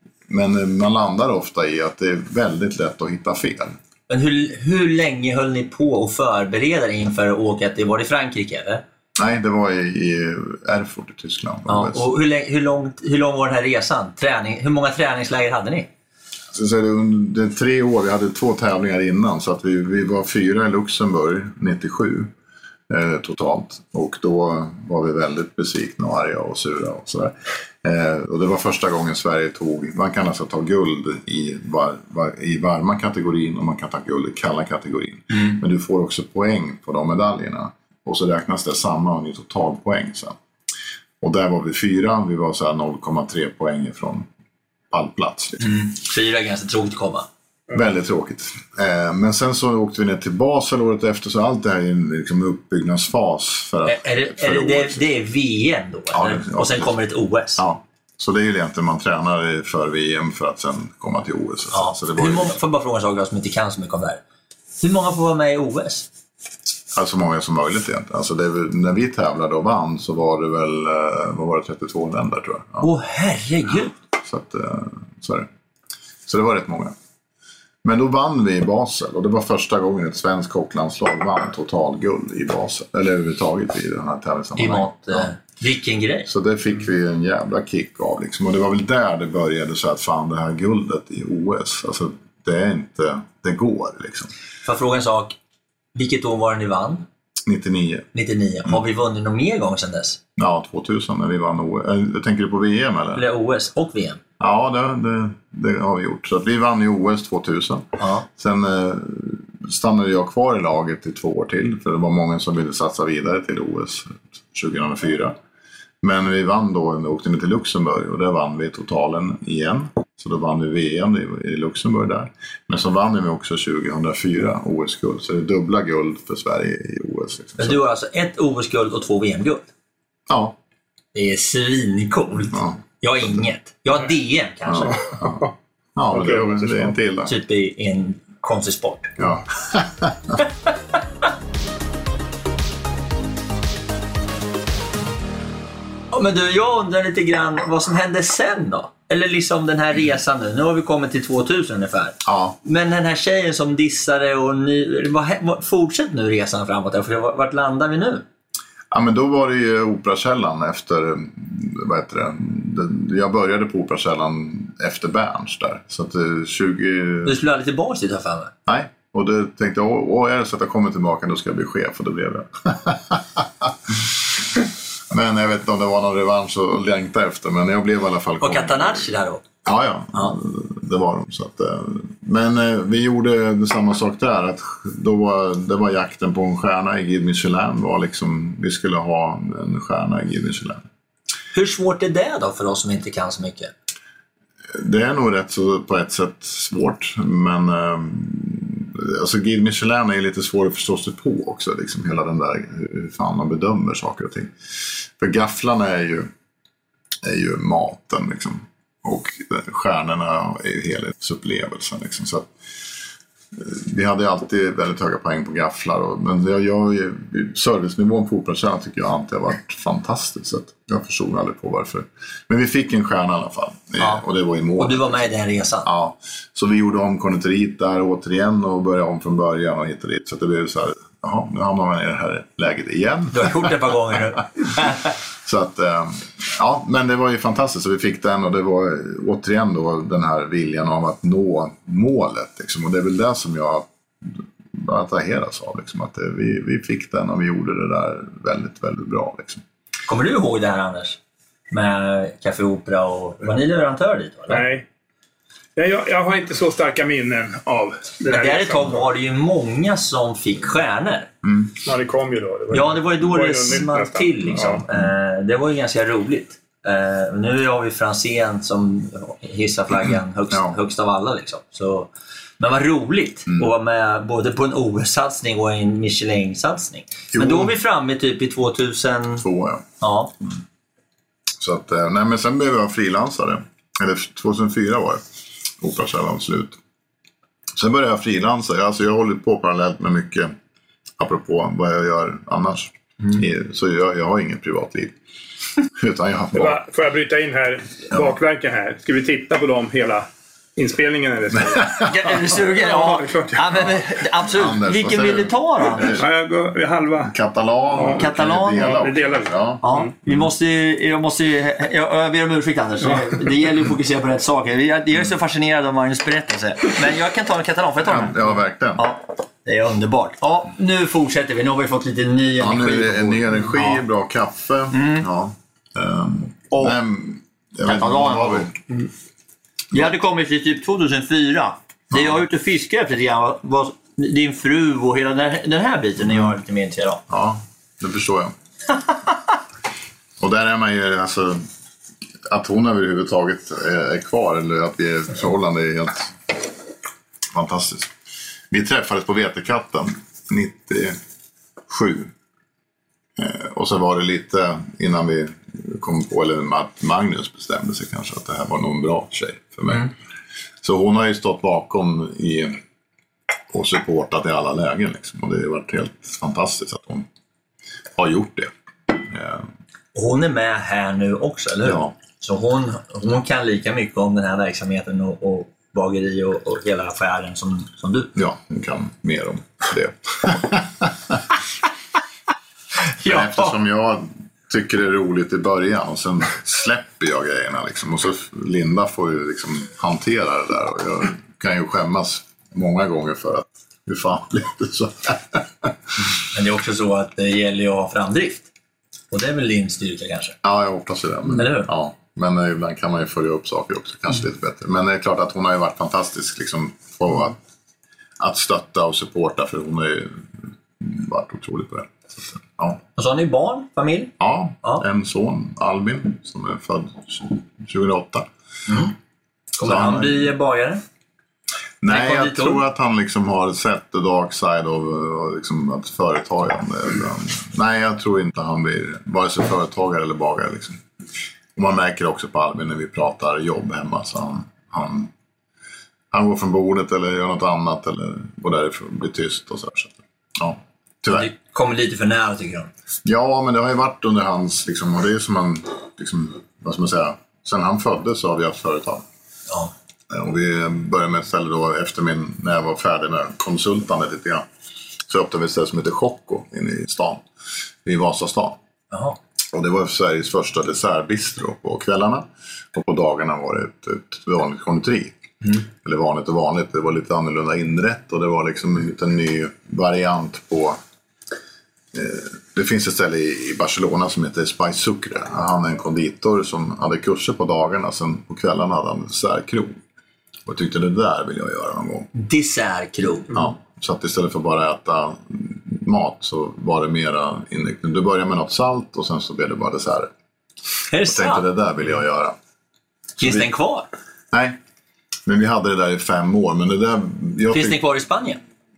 men man landar ofta i att det är väldigt lätt att hitta fel. Men hur, hur länge höll ni på att förbereda inför att åka till, var det Frankrike eller? Nej, det var i, i Erfurt i Tyskland. Ja, och hur, hur, långt, hur lång var den här resan? Träning, hur många träningsläger hade ni? Så, så det, under tre år, vi hade två tävlingar innan så att vi, vi var fyra i Luxemburg nittiosju eh, totalt och då var vi väldigt besvikna och arga och sura och sådär. Eh, och det var första gången Sverige tog, man kan alltså ta guld i, var, var, i varma kategorin och man kan ta guld i kalla kategorin. Mm. Men du får också poäng på de medaljerna och så räknas det samman i totalpoäng sen. Och där var vi fyra, vi var så här noll komma tre poäng ifrån pallplats. Liksom. Mm. Fyra är ganska tråkigt att komma. Väldigt tråkigt. Eh, men sen så åkte vi ner till Basel året efter så allt det här är en liksom, uppbyggnadsfas. För att, är det, för är det, det, det är V M då? Ja, det, och sen ja, kommer ett O S? Ja, så det är ju egentligen man tränar för V M för att sen komma till O S. Ja. Så det var hur många, ju... får bara fråga en sak som inte kan så mycket om det här. Hur många får vara med i O S? Alltså många som möjligt egentligen. Alltså det, när vi tävlade och vann så var det väl vad var det, trettiotvå länder tror jag. Åh ja. Oh, herregud! Så, att, så, är det. Så det var rätt många. Men då vann vi i Basel och det var första gången ett svenskt kocklandslag vann totalguld i Basel. Eller överhuvudtaget i den här tävlingssammanhanget. I mat, ja. Vilken grej. Så det fick vi en jävla kick av liksom. Och det var väl där det började så att fan det här guldet i O S. Alltså det är inte, det går liksom. Får jag fråga en sak? Vilket år var det ni vann? nittionio. nittionio. Mm. Har vi vunnit någon mer gång sedan dess? Ja, tvåtusen när vi vann O S. Jag tänker du på V M eller? Eller O S och V M? Ja, det, det, det har vi gjort. Så att vi vann i O S tvåtusen. Ja. Sen eh, stannade jag kvar i laget i två år till. För det var många som ville satsa vidare till O S tjugohundrafyra. Men vi vann då, vi åkte ner till Luxemburg och där vann vi totalen igen. Så då vann vi V M i, i Luxemburg där. Men så vann vi också tjugohundrafyra O S-guld. Så det är dubbla guld för Sverige i O S. Liksom. Men du har alltså ett O S-guld och två V M-guld? Ja. Det är svincoolt. Ja. Jag har inget. Jag har D M kanske. Ja, ja. Ja okay, det, det är en till. Då. Typ i en konstig sport. Ja. Ja, men du, jag undrar lite grann vad som hände sen då? Eller liksom den här resan nu. Nu har vi kommit till tvåtusen ungefär. Ja. Men den här tjejen som dissade och ny, vad, vad, fortsätt nu resan framåt där. För vart landar vi nu? Ja, men då var det ju Operakällan efter, vad heter det, jag började på Operakällan efter Berns där. Så att tjugo... Du skulle aldrig tillbaka dit här för mig? Nej, och då tänkte jag, åh, är det så att jag kommer tillbaka då ska jag bli chef, och det blev jag. Men jag vet inte om det var någon revansch att längta efter, men jag blev i alla fall... Och Catanacci där då? Ja, ja, ja, det var de. Så att, men vi gjorde samma sak där, att då var, det var jakten på en stjärna i Guide Michelin, var liksom, vi skulle ha en stjärna i Guide Michelin. Hur svårt är det då för oss som inte kan så mycket? Det är nog rätt så på ett sätt svårt, men alltså Guide Michelin är lite svår att förstå sig på också. Liksom, hela den där, hur fan man bedömer saker och ting. För gafflarna är ju, är ju maten liksom. Och stjärnorna är ju helhetsupplevelsen liksom. Så att, vi hade alltid väldigt höga poäng på gafflar. Och, men jag, jag, servicenivån på Operakällan tycker jag alltid har varit fantastiskt. Så jag förstod aldrig på varför. Men vi fick en stjärna i alla fall. Ja. Och det var i mål. Och du var med i den resan? Ja. Så vi gjorde om konditoriet där återigen och började om från början och hittade dit. Så det blev så här, jaha, nu hamnar man i det här läget igen. Du har gjort det ett par gånger nu. Så att, ja, men det var ju fantastiskt. Så vi fick den och det var återigen då den här viljan av att nå målet. Liksom. Och det är väl det som jag attraheras av. Liksom. Att det, vi, vi fick den och vi gjorde det där väldigt, väldigt bra. Liksom. Kommer du ihåg det här, Anders? Med Café Opera och... Var ni leverantör dit? Eller? Nej. Jag, jag har inte så starka minnen av det. Men där ett tag var det ju många som fick stjärnor. Mm. Ja, det kom ju då. Det var ja, det var ju då det, det small till liksom. Ja. Eh, det var ju ganska roligt. Eh, nu har vi Franzén som hissar flaggan högst, ja. högst av alla liksom. Så, men vad roligt mm. att vara med både på en O S-satsning och en Michelin-satsning. Jo. Men då är vi framme typ i tvåtusentvå. Ja. Ja. Mm. Så att, nej, men sen blev jag frilansare. Eller tjugohundrafyra var det. Operakällan slut. Sen började jag frilansa. Alltså jag håller på parallellt med mycket apropå vad jag gör annars. Mm. Så jag, jag har inget privatliv. Utan jag har... Var, får jag bryta in här? Ja. Bakverken här. Ska vi titta på dem hela inspelningen? Eller så? Är du sugen? Ja, ja men, absolut. Anders, vilken vill du ta då, Anders? Ja, jag går halva. Katalan. Ja, Katalan. Ja, det delar vi. Ja. Ja, mm. vi måste ju, jag måste ju, jag, jag ber om ursäkt, Anders. Ja. Det gäller ju att fokusera på rätt saker. Jag är så fascinerad av Magnus berättelse. Men jag kan ta en Katalan, får jag ta den? Ja, verkligen. Ja, det är underbart. Ja, nu fortsätter vi. Nu har vi fått lite ny ja, energi. Nu är det ny energi, ja. Bra kaffe. Mm. Ja. Um, och men, jag vet inte vad har vi. Mm. Jag hade kommit till typ tjugohundrafyra. Det jag har ute och fiskar efter lite grann var din fru och hela den här biten är jag lite mer intresserad av. Ja, det förstår jag. Och där är man ju, alltså, att hon överhuvudtaget är kvar eller att vi är förhållande är helt fantastiskt. Vi träffades på Vetekatten nittiosju. Och så var det lite innan vi kom på, eller att Magnus bestämde sig kanske att det här var nog en bra tjej för mig. Mm. Så hon har ju stått bakom i, och supportat i alla lägen liksom. Och det har varit helt fantastiskt att hon har gjort det. Hon är med här nu också, eller hur? Ja. Så hon, hon kan lika mycket om den här verksamheten och, och bageri och, och hela affären som, som du. Ja, hon kan mer om det. Ja. Eftersom jag tycker det är roligt i början och sen släpper jag grejerna liksom. Och så Linda får ju liksom hantera det där och jag kan ju skämmas många gånger för att hur fan blir det så. Men det är också så att det gäller att ha framdrift. Och det är väl din styrka kanske? Ja, jag hoppas det. Men, eller hur? Ja, men ibland kan man ju följa upp saker också, kanske mm. lite bättre. Men det är klart att hon har ju varit fantastisk liksom, på att, att stötta och supporta, för hon har ju varit otroligt på det. Så, ja. Och så har ni barn, familj? Ja, ja, en son, Albin, som är född tjugohundraåtta. Mm. Kommer han, han bli bagare? Nej, jag tror att han liksom har sett the dark side av liksom att företagande. Nej, jag tror inte han blir vare sig företagare eller bagare. Liksom. Och man märker också på Albin när vi pratar jobb hemma. Så han, han, han går från bordet eller gör något annat eller går därifrån, blir tyst och så där. Så, ja, tyvärr. Det kommer lite för nära, tycker jag. Ja, men det har ju varit under hans, liksom, och det är som man, liksom, vad ska man säga, sen han föddes så har vi haft företag. Ja. Och vi började med ett ställe då efter min, när jag var färdig med konsultandet lite grann. Så öppnade vi ett ställe som heter Choco inne i stan, i Vasastan. Jaha. Och det var Sveriges första dessertbistro på kvällarna. Och på dagarna var det ett, ett vanligt konditori. Mm. Eller vanligt och vanligt, det var lite annorlunda inrätt. Och det var liksom en liten ny variant på... Eh, det finns ett ställe i, i Barcelona som heter Spice Sucre. Han är en konditor som hade kurser på dagarna. Sen på kvällarna hade han en dessertkrog. Och jag tyckte det där vill jag göra någon gång. Dessertkrog? Mm. Ja, så att istället för bara äta mat så var det mera inriktning. Du börjar med något salt och sen så blir det bara dessert. Är det jag sant? tänkte det där vill jag göra. Finns vi... den kvar? Nej, men vi hade det där i fem år. Men det där, Finns jag tyck... den kvar i Spanien?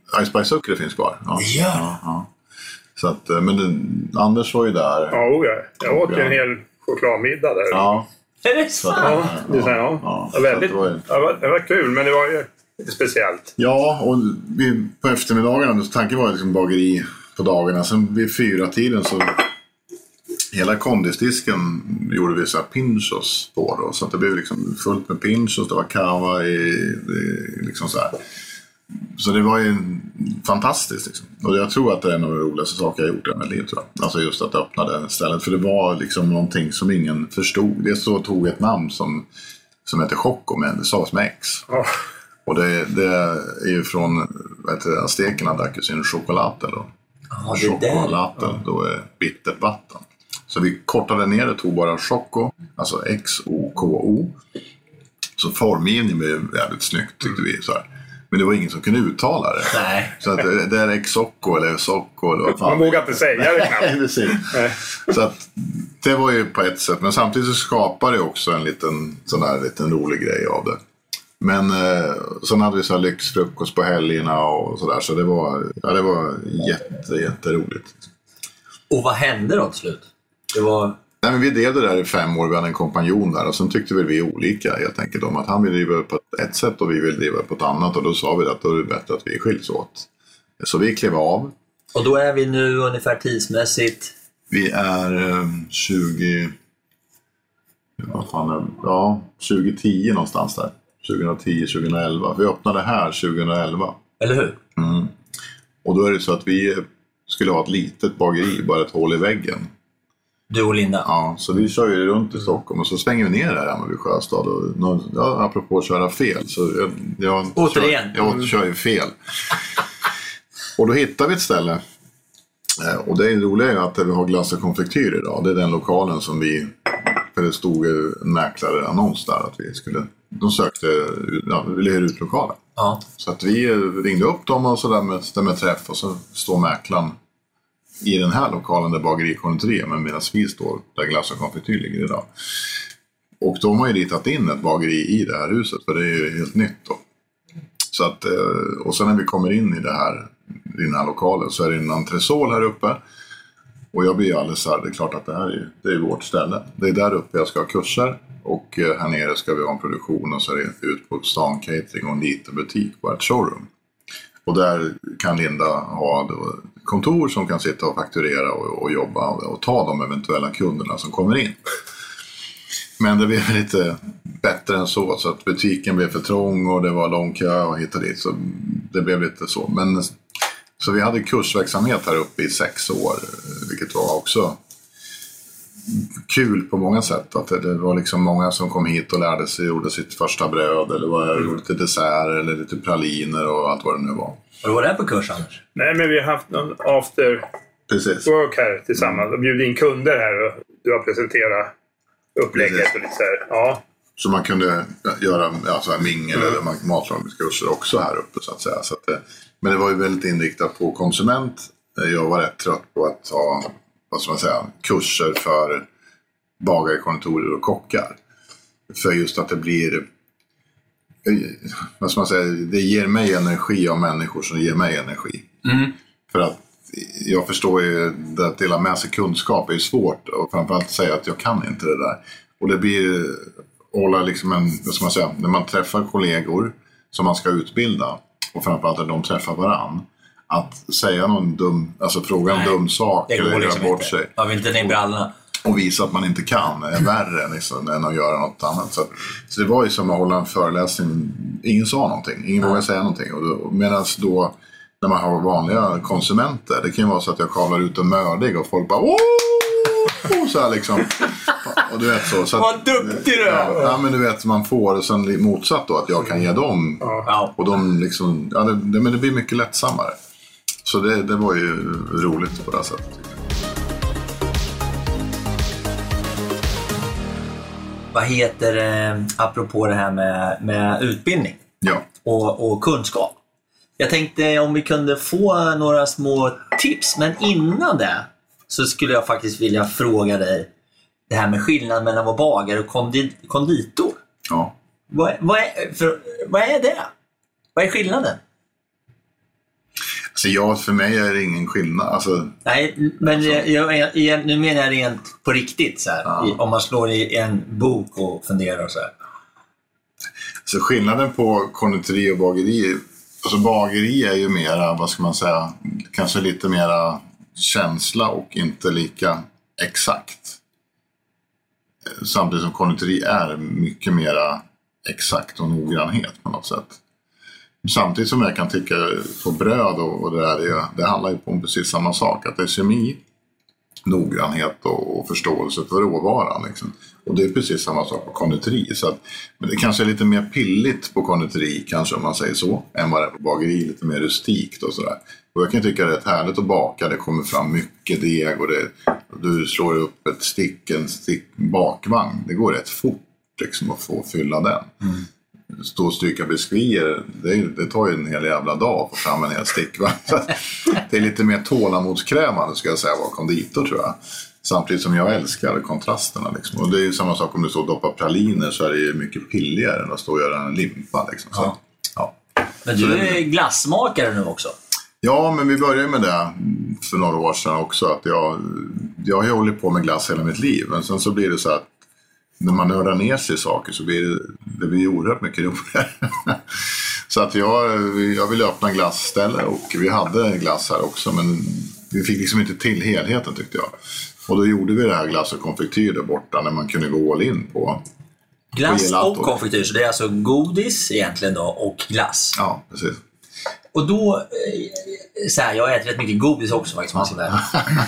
Icebergsocker finns kvar. Ja. Ja. Ja, ja. Så att, men det, Anders var ju där. Ja, oh, ja. Jag åt ju en hel chokladmiddag där. Ja. Är det sant? Ja, det, ja, ja. Ja, Ja, väldigt, det var, det, var, det var kul, men det var ju lite speciellt. ja, och vi, på eftermiddagarna, så tanken var liksom bageri på dagarna. Sen vid fyra tiden så hela kondisdisken gjorde vi så här pinchos på då, så att det blev liksom fullt med pinchos, det var kava i, i liksom så här. Så det var ju fantastiskt liksom. Och jag tror att det är en av de roligaste saker jag gjort i mitt liv, tror jag. Alltså just att öppna det stället, för det var liksom någonting som ingen förstod. Det så tog ett namn som, som heter Choco, men det sades med X. Oh. Och det, det är ju från, vad heter det, aztekerna drack ju sin chokolate då. Ja, det där. Chokolaten, då är bittert vatten. Så vi kortade ner det, tog bara Choco, alltså X O K O. Så formgivningen blev väldigt snyggt, tyckte vi så här. Men det var ingen som kunde uttala det. Nej. Så att det, det är X-Socco eller Socco eller vad fan. Man vågar inte säga det knappt. Nej. Så att det var ju på ett sätt. Men samtidigt så skapar det också en liten sån här liten rolig grej av det. Men eh, sen hade vi så här lyxfrukost på helgerna och sådär. Så det var, ja, det var jätte, jätteroligt. Och vad hände då till slut? Det var... Nej, men vi delade där i fem år, vi hade en kompanjon där och sen tyckte vi vi olika helt enkelt om att han vill driva på ett sätt och vi vill driva på ett annat, och då sa vi att då är det bättre att vi skiljs åt. Så vi klev av. Och då är vi nu ungefär tidsmässigt? Vi är eh, tjugo... Vad fan är det? Ja, tjugo tio någonstans där. tjugo tio tjugo elva. Vi öppnade här tjugo elva. Eller hur? Mm. Och då är det så att vi skulle ha ett litet bageri, bara ett hål i väggen. Du och Linda? Ja, så vi kör ju runt i Stockholm och så svänger vi ner där hemma vid Sjöstad. Och, ja, apropå att köra fel. Så jag, jag, Återigen. Kör, jag kör ju fel. Och då hittar vi ett ställe. Och det är roliga är att vi har glass och konfektyr idag. Det är den lokalen som vi... För det stod en mäklare annons där att vi skulle... De sökte, ja, vi ville hyra ut lokalen. Ja. Så att vi ringde upp dem och sådär med, med träff. Och så står mäklaren i den här lokalen där bagerikonditori är, men medan vi står där glass och konfektyr ligger idag. Och de har ju ritat in ett bageri i det här huset, för det är ju helt nytt då. Så att, och sen när vi kommer in i det här, i den här lokalen, så är det en entresol här uppe. Och jag blir ju alldeles så här, det är klart att det här är, det är vårt ställe. Det är där uppe jag ska ha kurser, och här nere ska vi ha en produktion, och så är det ut på stan catering och en liten butik på ett showroom. Och där kan Linda ha då kontor som kan sitta och fakturera och, och jobba och, och ta de eventuella kunderna som kommer in. Men det blev lite bättre än så, så att butiken blev för trång och det var lång kö och hit och dit, så det blev lite så. Men så vi hade kursverksamhet här uppe i sex år, vilket var också kul på många sätt. Att det, det var liksom många som kom hit och lärde sig, gjorde sitt första bröd eller vad jag gjorde, lite dessert eller lite praliner och allt vad det nu var. Har du varit där på kurs, Anders? Nej, men vi har haft någon after Precis. work här tillsammans och bjudit in kunder här och du har presenterat upplägget. Precis. Och lite så här. Ja. Så man kunde göra ja, så här mingel mm. eller matlagningskurser också här uppe så att säga. Så att, men det var ju väldigt inriktat på konsument. Jag var rätt trött på att ta, vad ska man säga, kurser för bagare, konditorer och kockar. För just att det blir, vad ska man säga, det ger mig energi av människor som ger mig energi. Mm. För att jag förstår ju att dela med sig kunskap är svårt, och framförallt säga att jag kan inte det där. Och det blir hålla liksom en, vad ska man säga, när man träffar kollegor som man ska utbilda, och framförallt när de träffar varann, att säga någon dum, alltså fråga en dum sak eller göra liksom bort sig. Man vill inte ner i brallorna. Och visa att man inte kan är värre liksom, än att göra något annat. Så, så det var ju som att hålla en föreläsning. Ingen sa någonting, ingen vågade säga någonting. Och medan då, när man har vanliga konsumenter, det kan ju vara så att jag kavlar ut en mördig och folk bara åh! Så här liksom. Och du vet så. så vad duktig du är! Ja, men du vet, man får och sen motsatt då att jag kan ge dem. Ja. Och de liksom, ja, det, det, men det blir mycket lättsammare. Så det, det var ju roligt på det här sättet. Vad heter det, apropå det här med, med utbildning ja. och, och kunskap. Jag tänkte om vi kunde få några små tips, men innan det så skulle jag faktiskt vilja fråga dig det här med skillnad mellan att vara bagare och kondi, konditor. Ja. Vad, vad, är, för, vad är det? Vad är skillnaden? Så ja, för mig är det ingen skillnad. Alltså, Nej, men alltså. Jag, jag, nu menar jag rent på riktigt. Så här, Ja. i, om man slår i en bok och funderar så här. Så skillnaden på konditori och bageri, alltså bageri är ju mera, vad ska man säga, kanske lite mera känsla och inte lika exakt. Samtidigt som konditori är mycket mera exakt och noggrannhet på något sätt. Samtidigt som jag kan tycka på bröd och, och det där, det, det handlar ju om precis samma sak. Att det är kemi, noggrannhet och, och förståelse för råvaran. Liksom. Och det är precis samma sak på konditori. Så att, men det kanske är lite mer pilligt på konditori, kanske om man säger så, än vad det är på bageri, lite mer rustikt och sådär. Och jag kan tycka det är rätt härligt att baka, det kommer fram mycket deg och det, du slår upp ett stick, en stick bakvagn. Det går rätt fort liksom att få fylla den. Mm. Stå och stryka biskvier, det, det tar ju en hel jävla dag att få fram en hel stick. Va? Det är lite mer tålamodskrävande ska jag säga vara konditor tror jag. Samtidigt som jag älskar kontrasterna. Liksom. Och det är ju samma sak om du står och doppar praliner så är det ju mycket pilligare än att stå och göra en limpa. Liksom. Så, ja. Ja. Men du är glassmakare nu också? Ja, men vi började med det för några år sedan också. Att jag, jag har ju hållit på med glass hela mitt liv. Men sen så blir det så att när man nördar ner sig i saker så blir det, det blir oerhört mycket roligare. Så att jag, jag ville öppna glassställe och vi hade glass här också. Men vi fick liksom inte till helheten tyckte jag. Och då gjorde vi det här glass och konfektyr där borta när man kunde gå all in på glass på och konfektyr. Så det är alltså godis egentligen då och glass. Ja, precis. Och då, så här, jag äter rätt mycket godis också faktiskt. Man ska där.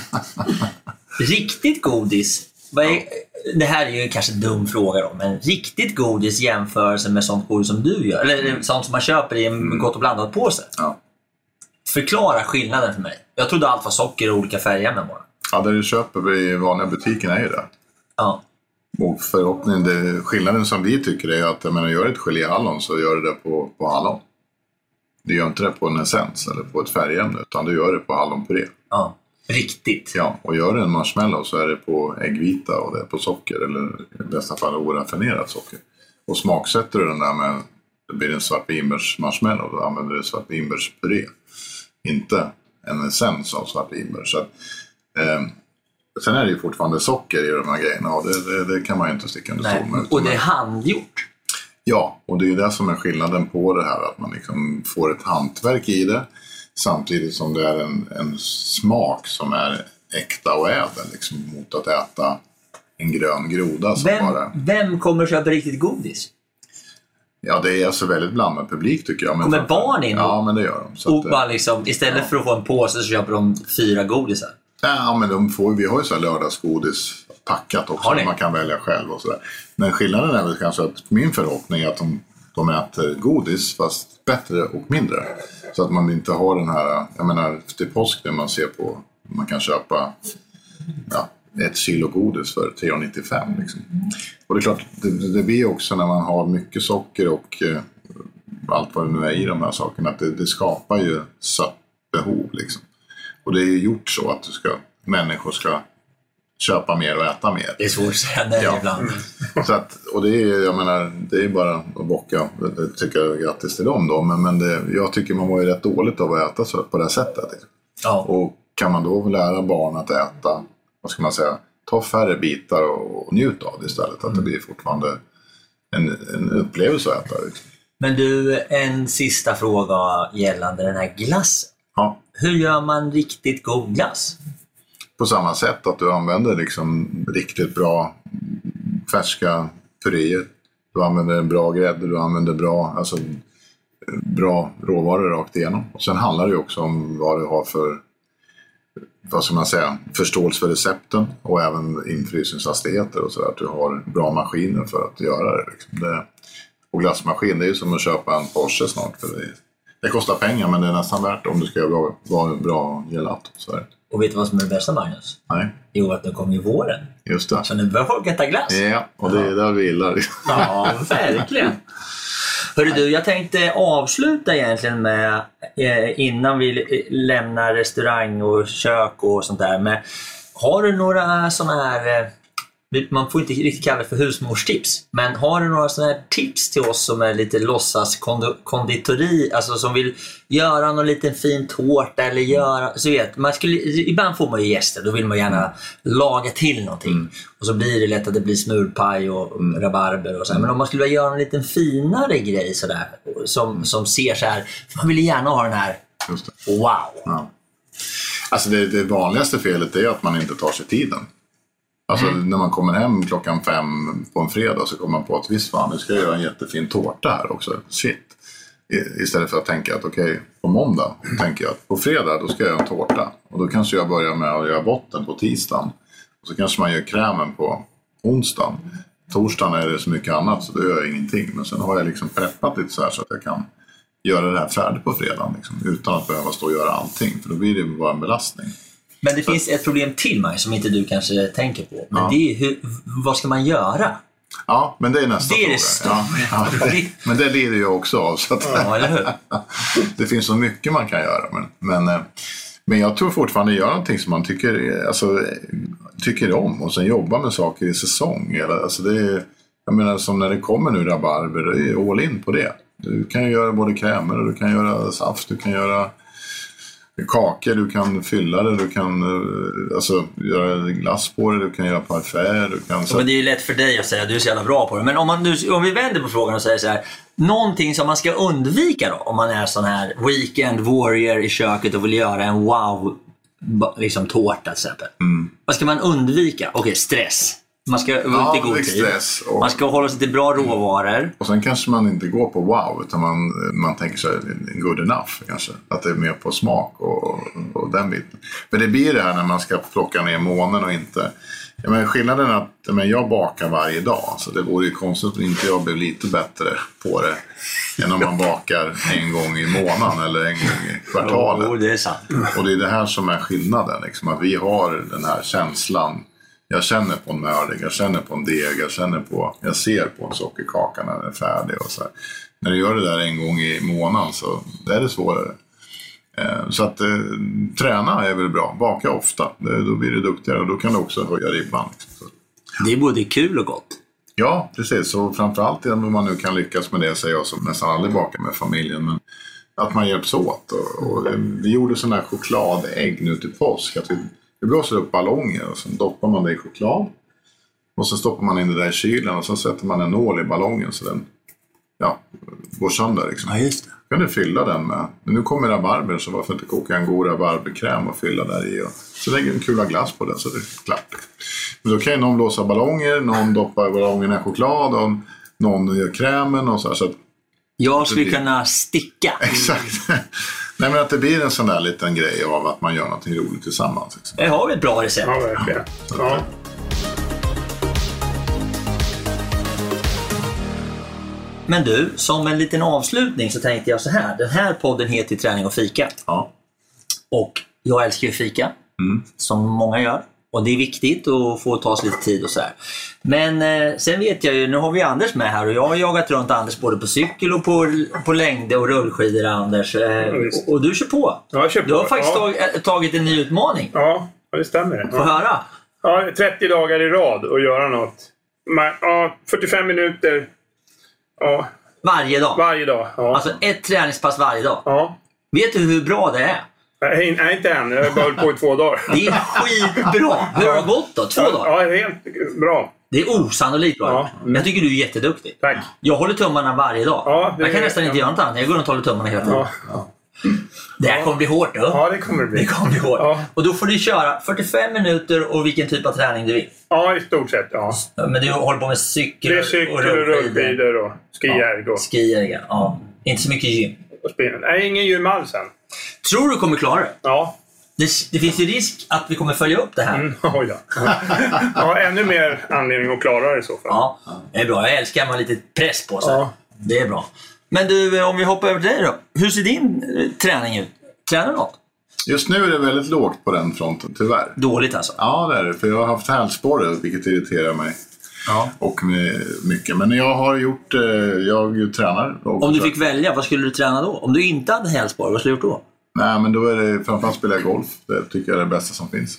Riktigt godis, vad är, det här är ju kanske en dum fråga då, men riktigt godis jämförelse med sånt godis som du gör, eller sånt som man köper i en mm. gott och blandat påse. Ja. Förklara skillnaden för mig. Jag trodde allt var socker och olika färgämnen bara. Ja, det du köper i vanliga butiken är ju det. Ja. Och förhoppningen, det, skillnaden som vi tycker är att jag menar, gör ett geléhallon så gör du det på, på hallon. Du gör inte det på en essens eller på ett färgämne utan du gör det på hallonpuré. Ja, riktigt. Ja, och gör du en marshmallow så är det på äggvita och det är på socker eller i bästa fall oraffinerat socker. Och smaksätter du den där med, det blir en svartvinbärs marshmallow, då använder du svartvinbärspuré. Inte en essens av svartvinbär. Så att, eh, sen är det ju fortfarande socker i de här grejerna och det, det, det kan man ju inte sticka under stol med. Och det är handgjort. Ja, och det är ju det som är skillnaden på det här, att man liksom får ett hantverk i det samtidigt som det är en, en smak som är äkta och ädel liksom, mot att äta en grön groda som vem, bara... Vem kommer köpa riktigt godis? Ja, det är alltså väldigt blandad publik tycker jag. Men kommer för, barn in? Ja, men det gör de. Så och att, bara liksom, istället ja. för att få en påse så köper de fyra godisar? Ja, men de får, vi har ju så här lördagsgodis packat också. Man kan välja själv och sådär. Men skillnaden är väl kanske att min förhoppning är att de, de äter godis fast bättre och mindre. Så att man inte har den här, jag menar till påsk där man ser på, man kan köpa ja, ett kilo godis för tre kronor nittiofem liksom. Och det är klart, det, det blir också när man har mycket socker och eh, allt vad det nu är i de här sakerna, att det, det skapar ju sött behov liksom. Och det är ju gjort så att du ska, människor ska köpa mer och äta mer. Det är svårt att säga nej ja. ibland. Så att, och det är, jag menar, det är bara att bocka. Det tycker jag grattis till dem då. Men, men det, jag tycker man var ju rätt dåligt av att äta så på det här sättet. Ja. Och kan man då lära barn att äta, vad ska man säga, ta färre bitar och, och njuta av det istället. Att det blir fortfarande en, en upplevelse att äta. Men du, en sista fråga gällande den här glassen. Ja. Hur gör man riktigt god glass? På samma sätt att du använder liksom riktigt bra färska puréer. Du använder en bra grädde, du använder bra, alltså, bra råvaror rakt igenom. Och sen handlar det också om vad du har för, vad ska man säga, förståelse för recepten och även infrysningshastigheter och sådär. Att du har bra maskiner för att göra det. Liksom. det och glassmaskin, det är ju som att köpa en Porsche snart. För det, det kostar pengar men det är nästan värt om du ska vara, vara bra gelato. Så är det. Och vet du vad som är det bästa, Magnus? Nej. Jo, att det kommer i våren. Just det. Så nu börjar folk äta glass. Ja, och det är där vi gillar. Ja, verkligen. Hörru du, jag tänkte avsluta egentligen med, eh, innan vi lämnar restaurang och kök och sånt där. Men har du några sådana här eh, man får inte riktigt kalla det för husmorstips, men har du några sådana här tips till oss som är lite låtsas konditori, alltså som vill göra någon liten fin tårta eller göra, så vet man skulle, ibland får man ju gäster, då vill man gärna laga till någonting mm. och så blir det lätt att det blir smulpaj och mm. rabarber och så här. Men om man skulle vilja göra en liten finare grej sådär, som, som ser så här, man vill gärna ha den här wow. Ja. Alltså det, det vanligaste felet är att man inte tar sig tiden. Alltså mm. när man kommer hem klockan fem på en fredag så kommer man på att visst fan, nu ska jag göra en jättefin tårta här också. Shit. I, istället för att tänka att okej, okay, på måndag tänker jag att på fredag då ska jag göra en tårta. Och då kanske jag börjar med att göra botten på tisdagen. Och så kanske man gör krämen på onsdagen. Torsdagen är det så mycket annat så då gör jag ingenting. Men sen har jag liksom preppat lite så här så att jag kan göra det här färdigt på fredagen. Liksom, utan att behöva stå och göra allting. För då blir det bara en belastning. Men det så. Finns ett problem till mig som inte du kanske tänker på. Men ja. Det är hur, vad ska man göra? Ja, men det är nästa det är fråga. Ja, ja. Men det lider jag också av. Så att ja, eller hur? Det finns så mycket man kan göra. Men, men, men jag tror fortfarande att göra någonting som man tycker, alltså, tycker om. Och sen jobba med saker i säsong. Alltså det är, jag menar som när det kommer nu rabarber, det är all in på det. Du kan ju göra både krämer och du kan göra saft, du kan göra kakor, du kan fylla det, du kan alltså, göra glass på det, du kan göra parfait, du kan... Ja, men det är ju lätt för dig att säga att du är så jävla bra på det. Men om, man, om vi vänder på frågan och säger så här, någonting som man ska undvika då, om man är sån här weekend warrior i köket och vill göra en wow liksom tårta till exempel. Mm. Vad ska man undvika? Okej, okay, stress. Man ska vara ute i god tid. Och, man ska hålla sig till bra råvaror. Och sen kanske man inte går på wow, utan man, man tänker sig good enough kanske. Att det är mer på smak och, och den biten. För det blir det här när man ska plocka ner månen och inte... Ja, men skillnaden är att men jag bakar varje dag. Så det vore ju konstigt att inte jag blev lite bättre på det än om man bakar en gång i månaden eller en gång i kvartalet. Oh, det är sant. Och det är det här som är skillnaden. Liksom, att vi har den här känslan. Jag känner på en mördig, jag känner på en deg, jag känner på, jag ser på en sockerkaka när den är färdig och så här. När du gör det där en gång i månaden så det är det svårare. Eh, så att eh, träna är väl bra, baka ofta, det, då blir det duktigare och då kan du också höja ribban. Liksom. Det är både kul och gott. Ja, precis. Så framförallt om man nu kan lyckas med det, säger jag som nästan aldrig bakar med familjen, men att man hjälps åt. Och, och, vi gjorde sådana här chokladägg nu till påsk, att vi Vi blåser upp ballonger och sen doppar man det i choklad. Och så stoppar man in det där i kylen och så sätter man en nål i ballongen så den ja, går sönder. Liksom. Ja, just det. Kan du fylla den med... Men nu kommer rabarber så varför inte koka en god rabarberkräm och fylla där i. Och så lägger en kula glass på den så det är klart. Men då kan ju någon blåsa ballonger, någon doppar ballongen i choklad och någon gör krämen och så här. Så att jag skulle blir... kunna sticka. Exakt. Nej, men att det blir en sån där liten grej av att man gör något roligt tillsammans. Liksom. Det har vi ett bra recept. Ja, verkligen. Ja. Men du, som en liten avslutning så tänkte jag så här. Den här podden heter Träning och fika. Ja. Och jag älskar ju fika, mm. som många gör. Och det är viktigt att få ta sig lite tid och så här. Men eh, sen vet jag ju, nu har vi Anders med här och jag har jagat runt Anders både på cykel och på, på längd och rullskidor, Anders. Eh, ja, och, och du kör på. Ja, jag kör på. Du har faktiskt ja. tagit, tagit en ny utmaning. Ja, det stämmer. Få ja. höra. Ja, trettio dagar i rad och göra något. Ja, fyrtiofem minuter. Ja. Varje dag? Varje dag, ja. Alltså ett träningspass varje dag? Ja. Vet du hur bra det är? Nej, nej inte än. Jag har bara hållit på i två dagar. Det är skitbra. Hur har det gått då? Två ja, dagar? Ja, helt bra. Det är osannolikt bra. Ja. Mm. Jag tycker du är jätteduktig. Tack. Jag håller tummarna varje dag. Ja, jag kan nästan ja. inte göra något annat. Jag går runt och håller tummarna hela tiden. Ja. Ja. Det här kommer bli hårt då. Ja, det kommer det bli. Det kommer bli hårt. Ja. Och då får du köra fyrtiofem minuter och vilken typ av träning du vill. Ja, i stort sett, ja. Men du håller på med cykel, det är cykel och rullskidor och skijärg. Ja, skijärg, ja. Inte så mycket gym. Nej, ingen gym alls än. Tror du kommer klara det? Ja. Det, det finns ju risk att vi kommer följa upp det här. Mm, oh ja. Ja, ännu mer anledning att klara det i så fall. Ja, det är bra. Jag älskar att man har lite press på sig. Ja. Det är bra. Men du, om vi hoppar över till dig då. Hur ser din träning ut? Tränar du något? Just nu är det väldigt lågt på den fronten, tyvärr. Dåligt alltså? Ja, det är det. För jag har haft hälsporre, vilket irriterar mig. Ja. Och mycket. Men jag har gjort, jag tränar. Om du fick välja, vad skulle du träna då? Om du inte hade hälsporre, vad skulle du gjort då? Nej, men då är det framförallt spela golf. Det tycker jag är det bästa som finns.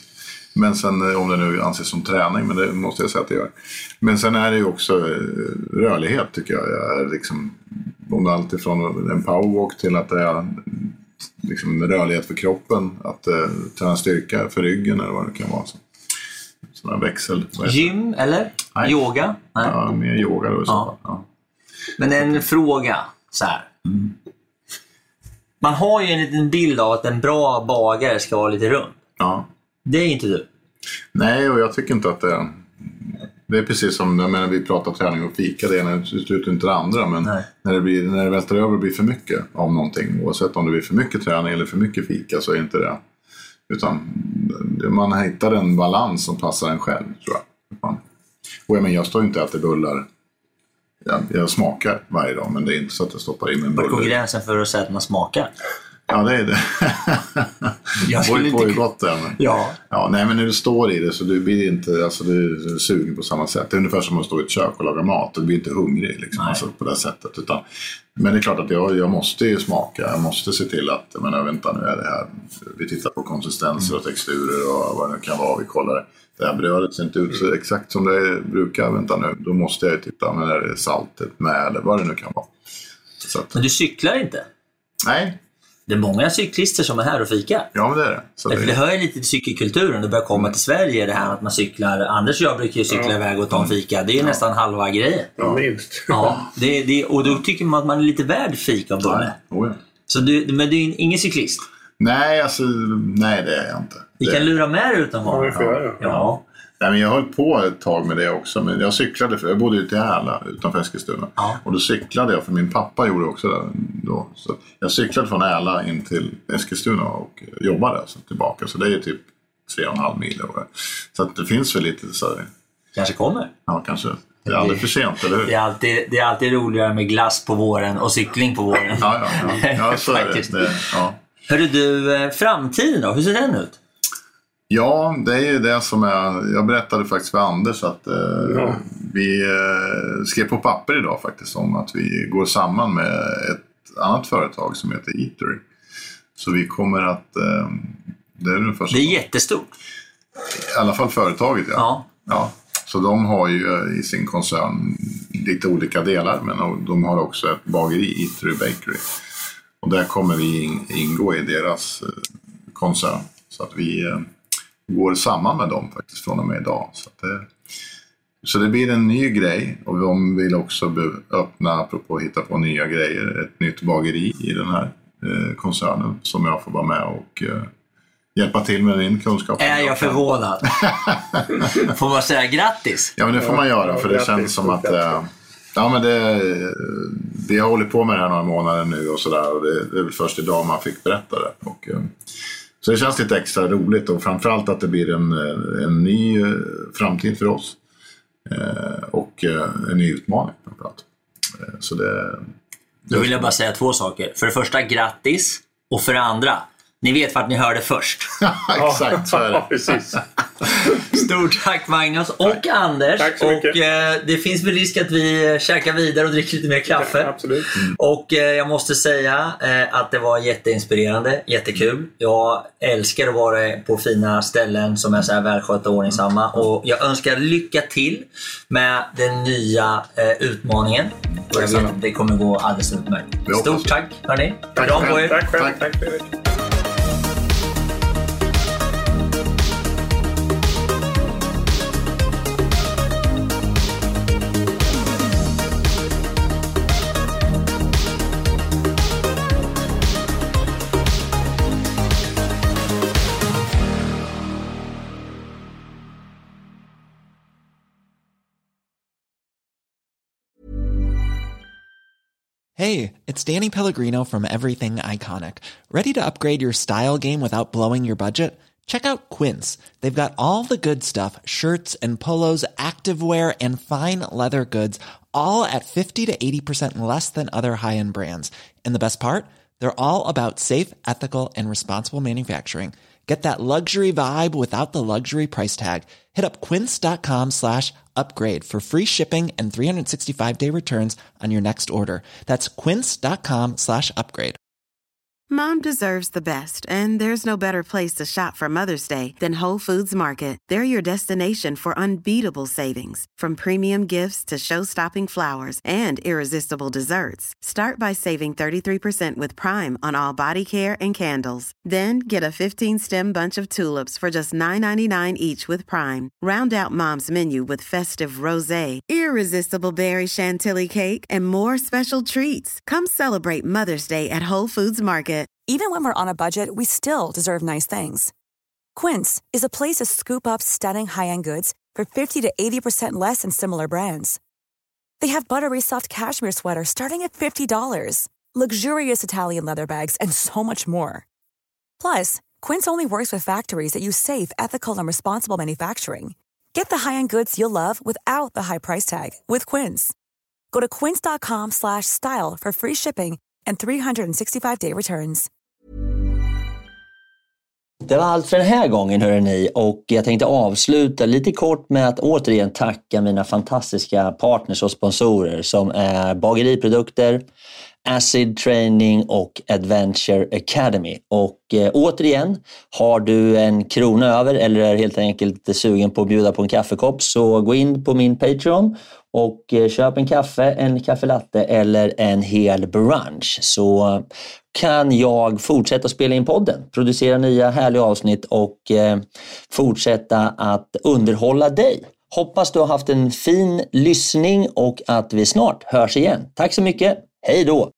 Men sen om det nu anses som träning, men det måste jag säga att det gör. Men sen är det ju också rörlighet tycker jag. jag är liksom, om det är allt ifrån en powerwalk till att det är liksom rörlighet för kroppen, att eh, träna styrka för ryggen eller vad det kan vara. Så. Sådana växel. Gym eller? Nej. Yoga? Nej. Ja, mer yoga då i så fall. Ja. Ja. Men en fråga så här. Mm. Man har ju en liten bild av att en bra bagare ska vara lite rund. Ja. Det är inte du. Nej, och jag tycker inte att det är... Det är precis som jag menar, vi pratar träning och fika. Det ena utesluter inte det andra. Men när det, blir, när det välter över och blir för mycket av någonting. Oavsett om det blir för mycket träning eller för mycket fika, så är inte det. Utan man hittar en balans som passar en själv, tror jag. Och jag, men jag står inte alltid bullar. Jag, jag smakar varje dag, men det är inte så att jag stoppar in en bulle. Vad går gränsen för att säga att man smakar? Ja, det är det. Jag skulle inte... gott det, men... ja. Ja, nej, men när du står i det så du blir inte, alltså du är sugen på samma sätt. Det är ungefär som att stå i ett kök och laga mat. Du blir inte hungrig liksom, alltså, på det sättet. Utan, men det är klart att jag, jag måste ju smaka. Jag måste se till att, jag menar, vänta nu är det här. Vi tittar på konsistenser och texturer och vad det kan vara. Vi kollar det här brödet ser inte ut så exakt som det brukar. Vänta nu, då måste jag ju titta om det är saltet med eller vad det nu kan vara. Så att... Men du cyklar inte? Nej. Det är många cyklister som är här och fikar. Ja, men det är det. Så det, det, det hör ju lite till cykelkulturen. Det börjar komma till Sverige det här att man cyklar. Anders och jag brukar ju cykla ja. iväg och ta en fika. Det är ju ja. nästan halva grejen. Ja, minst. Ja, det, det, och då tycker man att man är lite värd fika och bulle. Ja. Oh, ja. Så du, men du är ingen cyklist? Nej, alltså, nej det är jag inte. Vi det... kan lura med dig utan ja, ja. ja. Nej, men jag höll på ett tag med det också. Men jag cyklade, för jag bodde ute i Ärla utanför Eskilstuna. Ja. Och då cyklade jag, för min pappa gjorde också det då. Så jag cyklade från Ärla in till Eskilstuna och jobbade så tillbaka. Så det är ju typ tre och en halv mil. Så att det finns väl lite så här... Kanske kommer. Ja, kanske. Det är aldrig för sent, eller hur? Det är alltid, det är alltid roligare med glass på våren och cykling på våren. Ja, ja, ja. ja så är det. det ja. Hörru du, framtiden då? Hur ser den ut? Ja, det är ju det som jag, jag berättade faktiskt för Anders att eh, ja. vi eh, skrev på papper idag faktiskt om att vi går samman med ett annat företag som heter Eatery. Så vi kommer att... Eh, det är ungefär så. Det är jättestort. I alla fall företaget, ja. ja. ja. Så de har ju i sin koncern lite olika delar, men de har också ett bageri, Eatery Bakery. Och där kommer vi ingå i deras eh, koncern. Så att vi... Eh, går samman med dem faktiskt från och med idag. Så, att det, så det blir en ny grej och de vill också öppna, apropå att hitta på nya grejer, ett nytt bageri i den här eh, koncernen som jag får vara med och eh, hjälpa till med din kunskap. Är jag förvånad? Får man säga grattis? Ja, men det får man göra, för det känns som att eh, ja, men det, vi har hållit på med det här några månader nu och sådär, och det, det är väl först idag man fick berätta det. Och eh, så det känns lite extra roligt, och framförallt att det blir en, en ny framtid för oss. Eh, och en ny utmaning framförallt. Eh, så det, Då vill jag bara säga två saker. För det första, grattis. Och för det andra, ni vet vart ni hörde först. Exakt, så är det. Precis. Stort tack Magnus och Anders. Tack så mycket. Och eh, det finns väl risk att vi käkar vidare och dricker lite mer kaffe. Ja, absolut. Mm. Och eh, jag måste säga eh, att det var jätteinspirerande, jättekul. Jag älskar att vara på fina ställen som är så här välskötta och ordningsamma. Och jag önskar lycka till med den nya eh, utmaningen. Och jag vet att det kommer gå alldeles utmärkt. Stort tack, hörni. Tack, Bra på er. Tack själv. Tack. Tack, Fredrik. Hey, it's Danny Pellegrino from Everything Iconic. Ready to upgrade your style game without blowing your budget? Check out Quince. They've got all the good stuff, shirts and polos, activewear, and fine leather goods, all at fifty to eighty percent less than other high-end brands. And the best part? They're all about safe, ethical, and responsible manufacturing. Get that luxury vibe without the luxury price tag. Hit up quince.com slash upgrade for free shipping and three sixty-five day returns on your next order. That's quince.com slash upgrade. Mom deserves the best, and there's no better place to shop for Mother's Day than Whole Foods Market. They're your destination for unbeatable savings, from premium gifts to show-stopping flowers and irresistible desserts. Start by saving thirty-three percent with Prime on all body care and candles. Then get a fifteen-stem bunch of tulips for just nine ninety-nine each with Prime. Round out Mom's menu with festive rosé, irresistible berry chantilly cake, and more special treats. Come celebrate Mother's Day at Whole Foods Market. Even when we're on a budget, we still deserve nice things. Quince is a place to scoop up stunning high-end goods for fifty to eighty percent less than similar brands. They have buttery soft cashmere sweaters starting at fifty dollars, luxurious Italian leather bags, and so much more. Plus, Quince only works with factories that use safe, ethical, and responsible manufacturing. Get the high-end goods you'll love without the high price tag with Quince. Go to quince.com slash style for free shipping and three sixty-five day returns. Det var allt för den här gången, hörrni, och jag tänkte avsluta lite kort med att återigen tacka mina fantastiska partners och sponsorer som är Bageriprodukter, Acid Training och Adventure Academy. Och eh, återigen, har du en krona över eller är helt enkelt sugen på att bjuda på en kaffekopp, så gå in på min Patreon och eh, köp en kaffe, en kaffelatte eller en hel brunch, så kan jag fortsätta spela in podden, producera nya härliga avsnitt och eh, fortsätta att underhålla dig. Hoppas du har haft en fin lyssning och att vi snart hörs igen. Tack så mycket, hej då!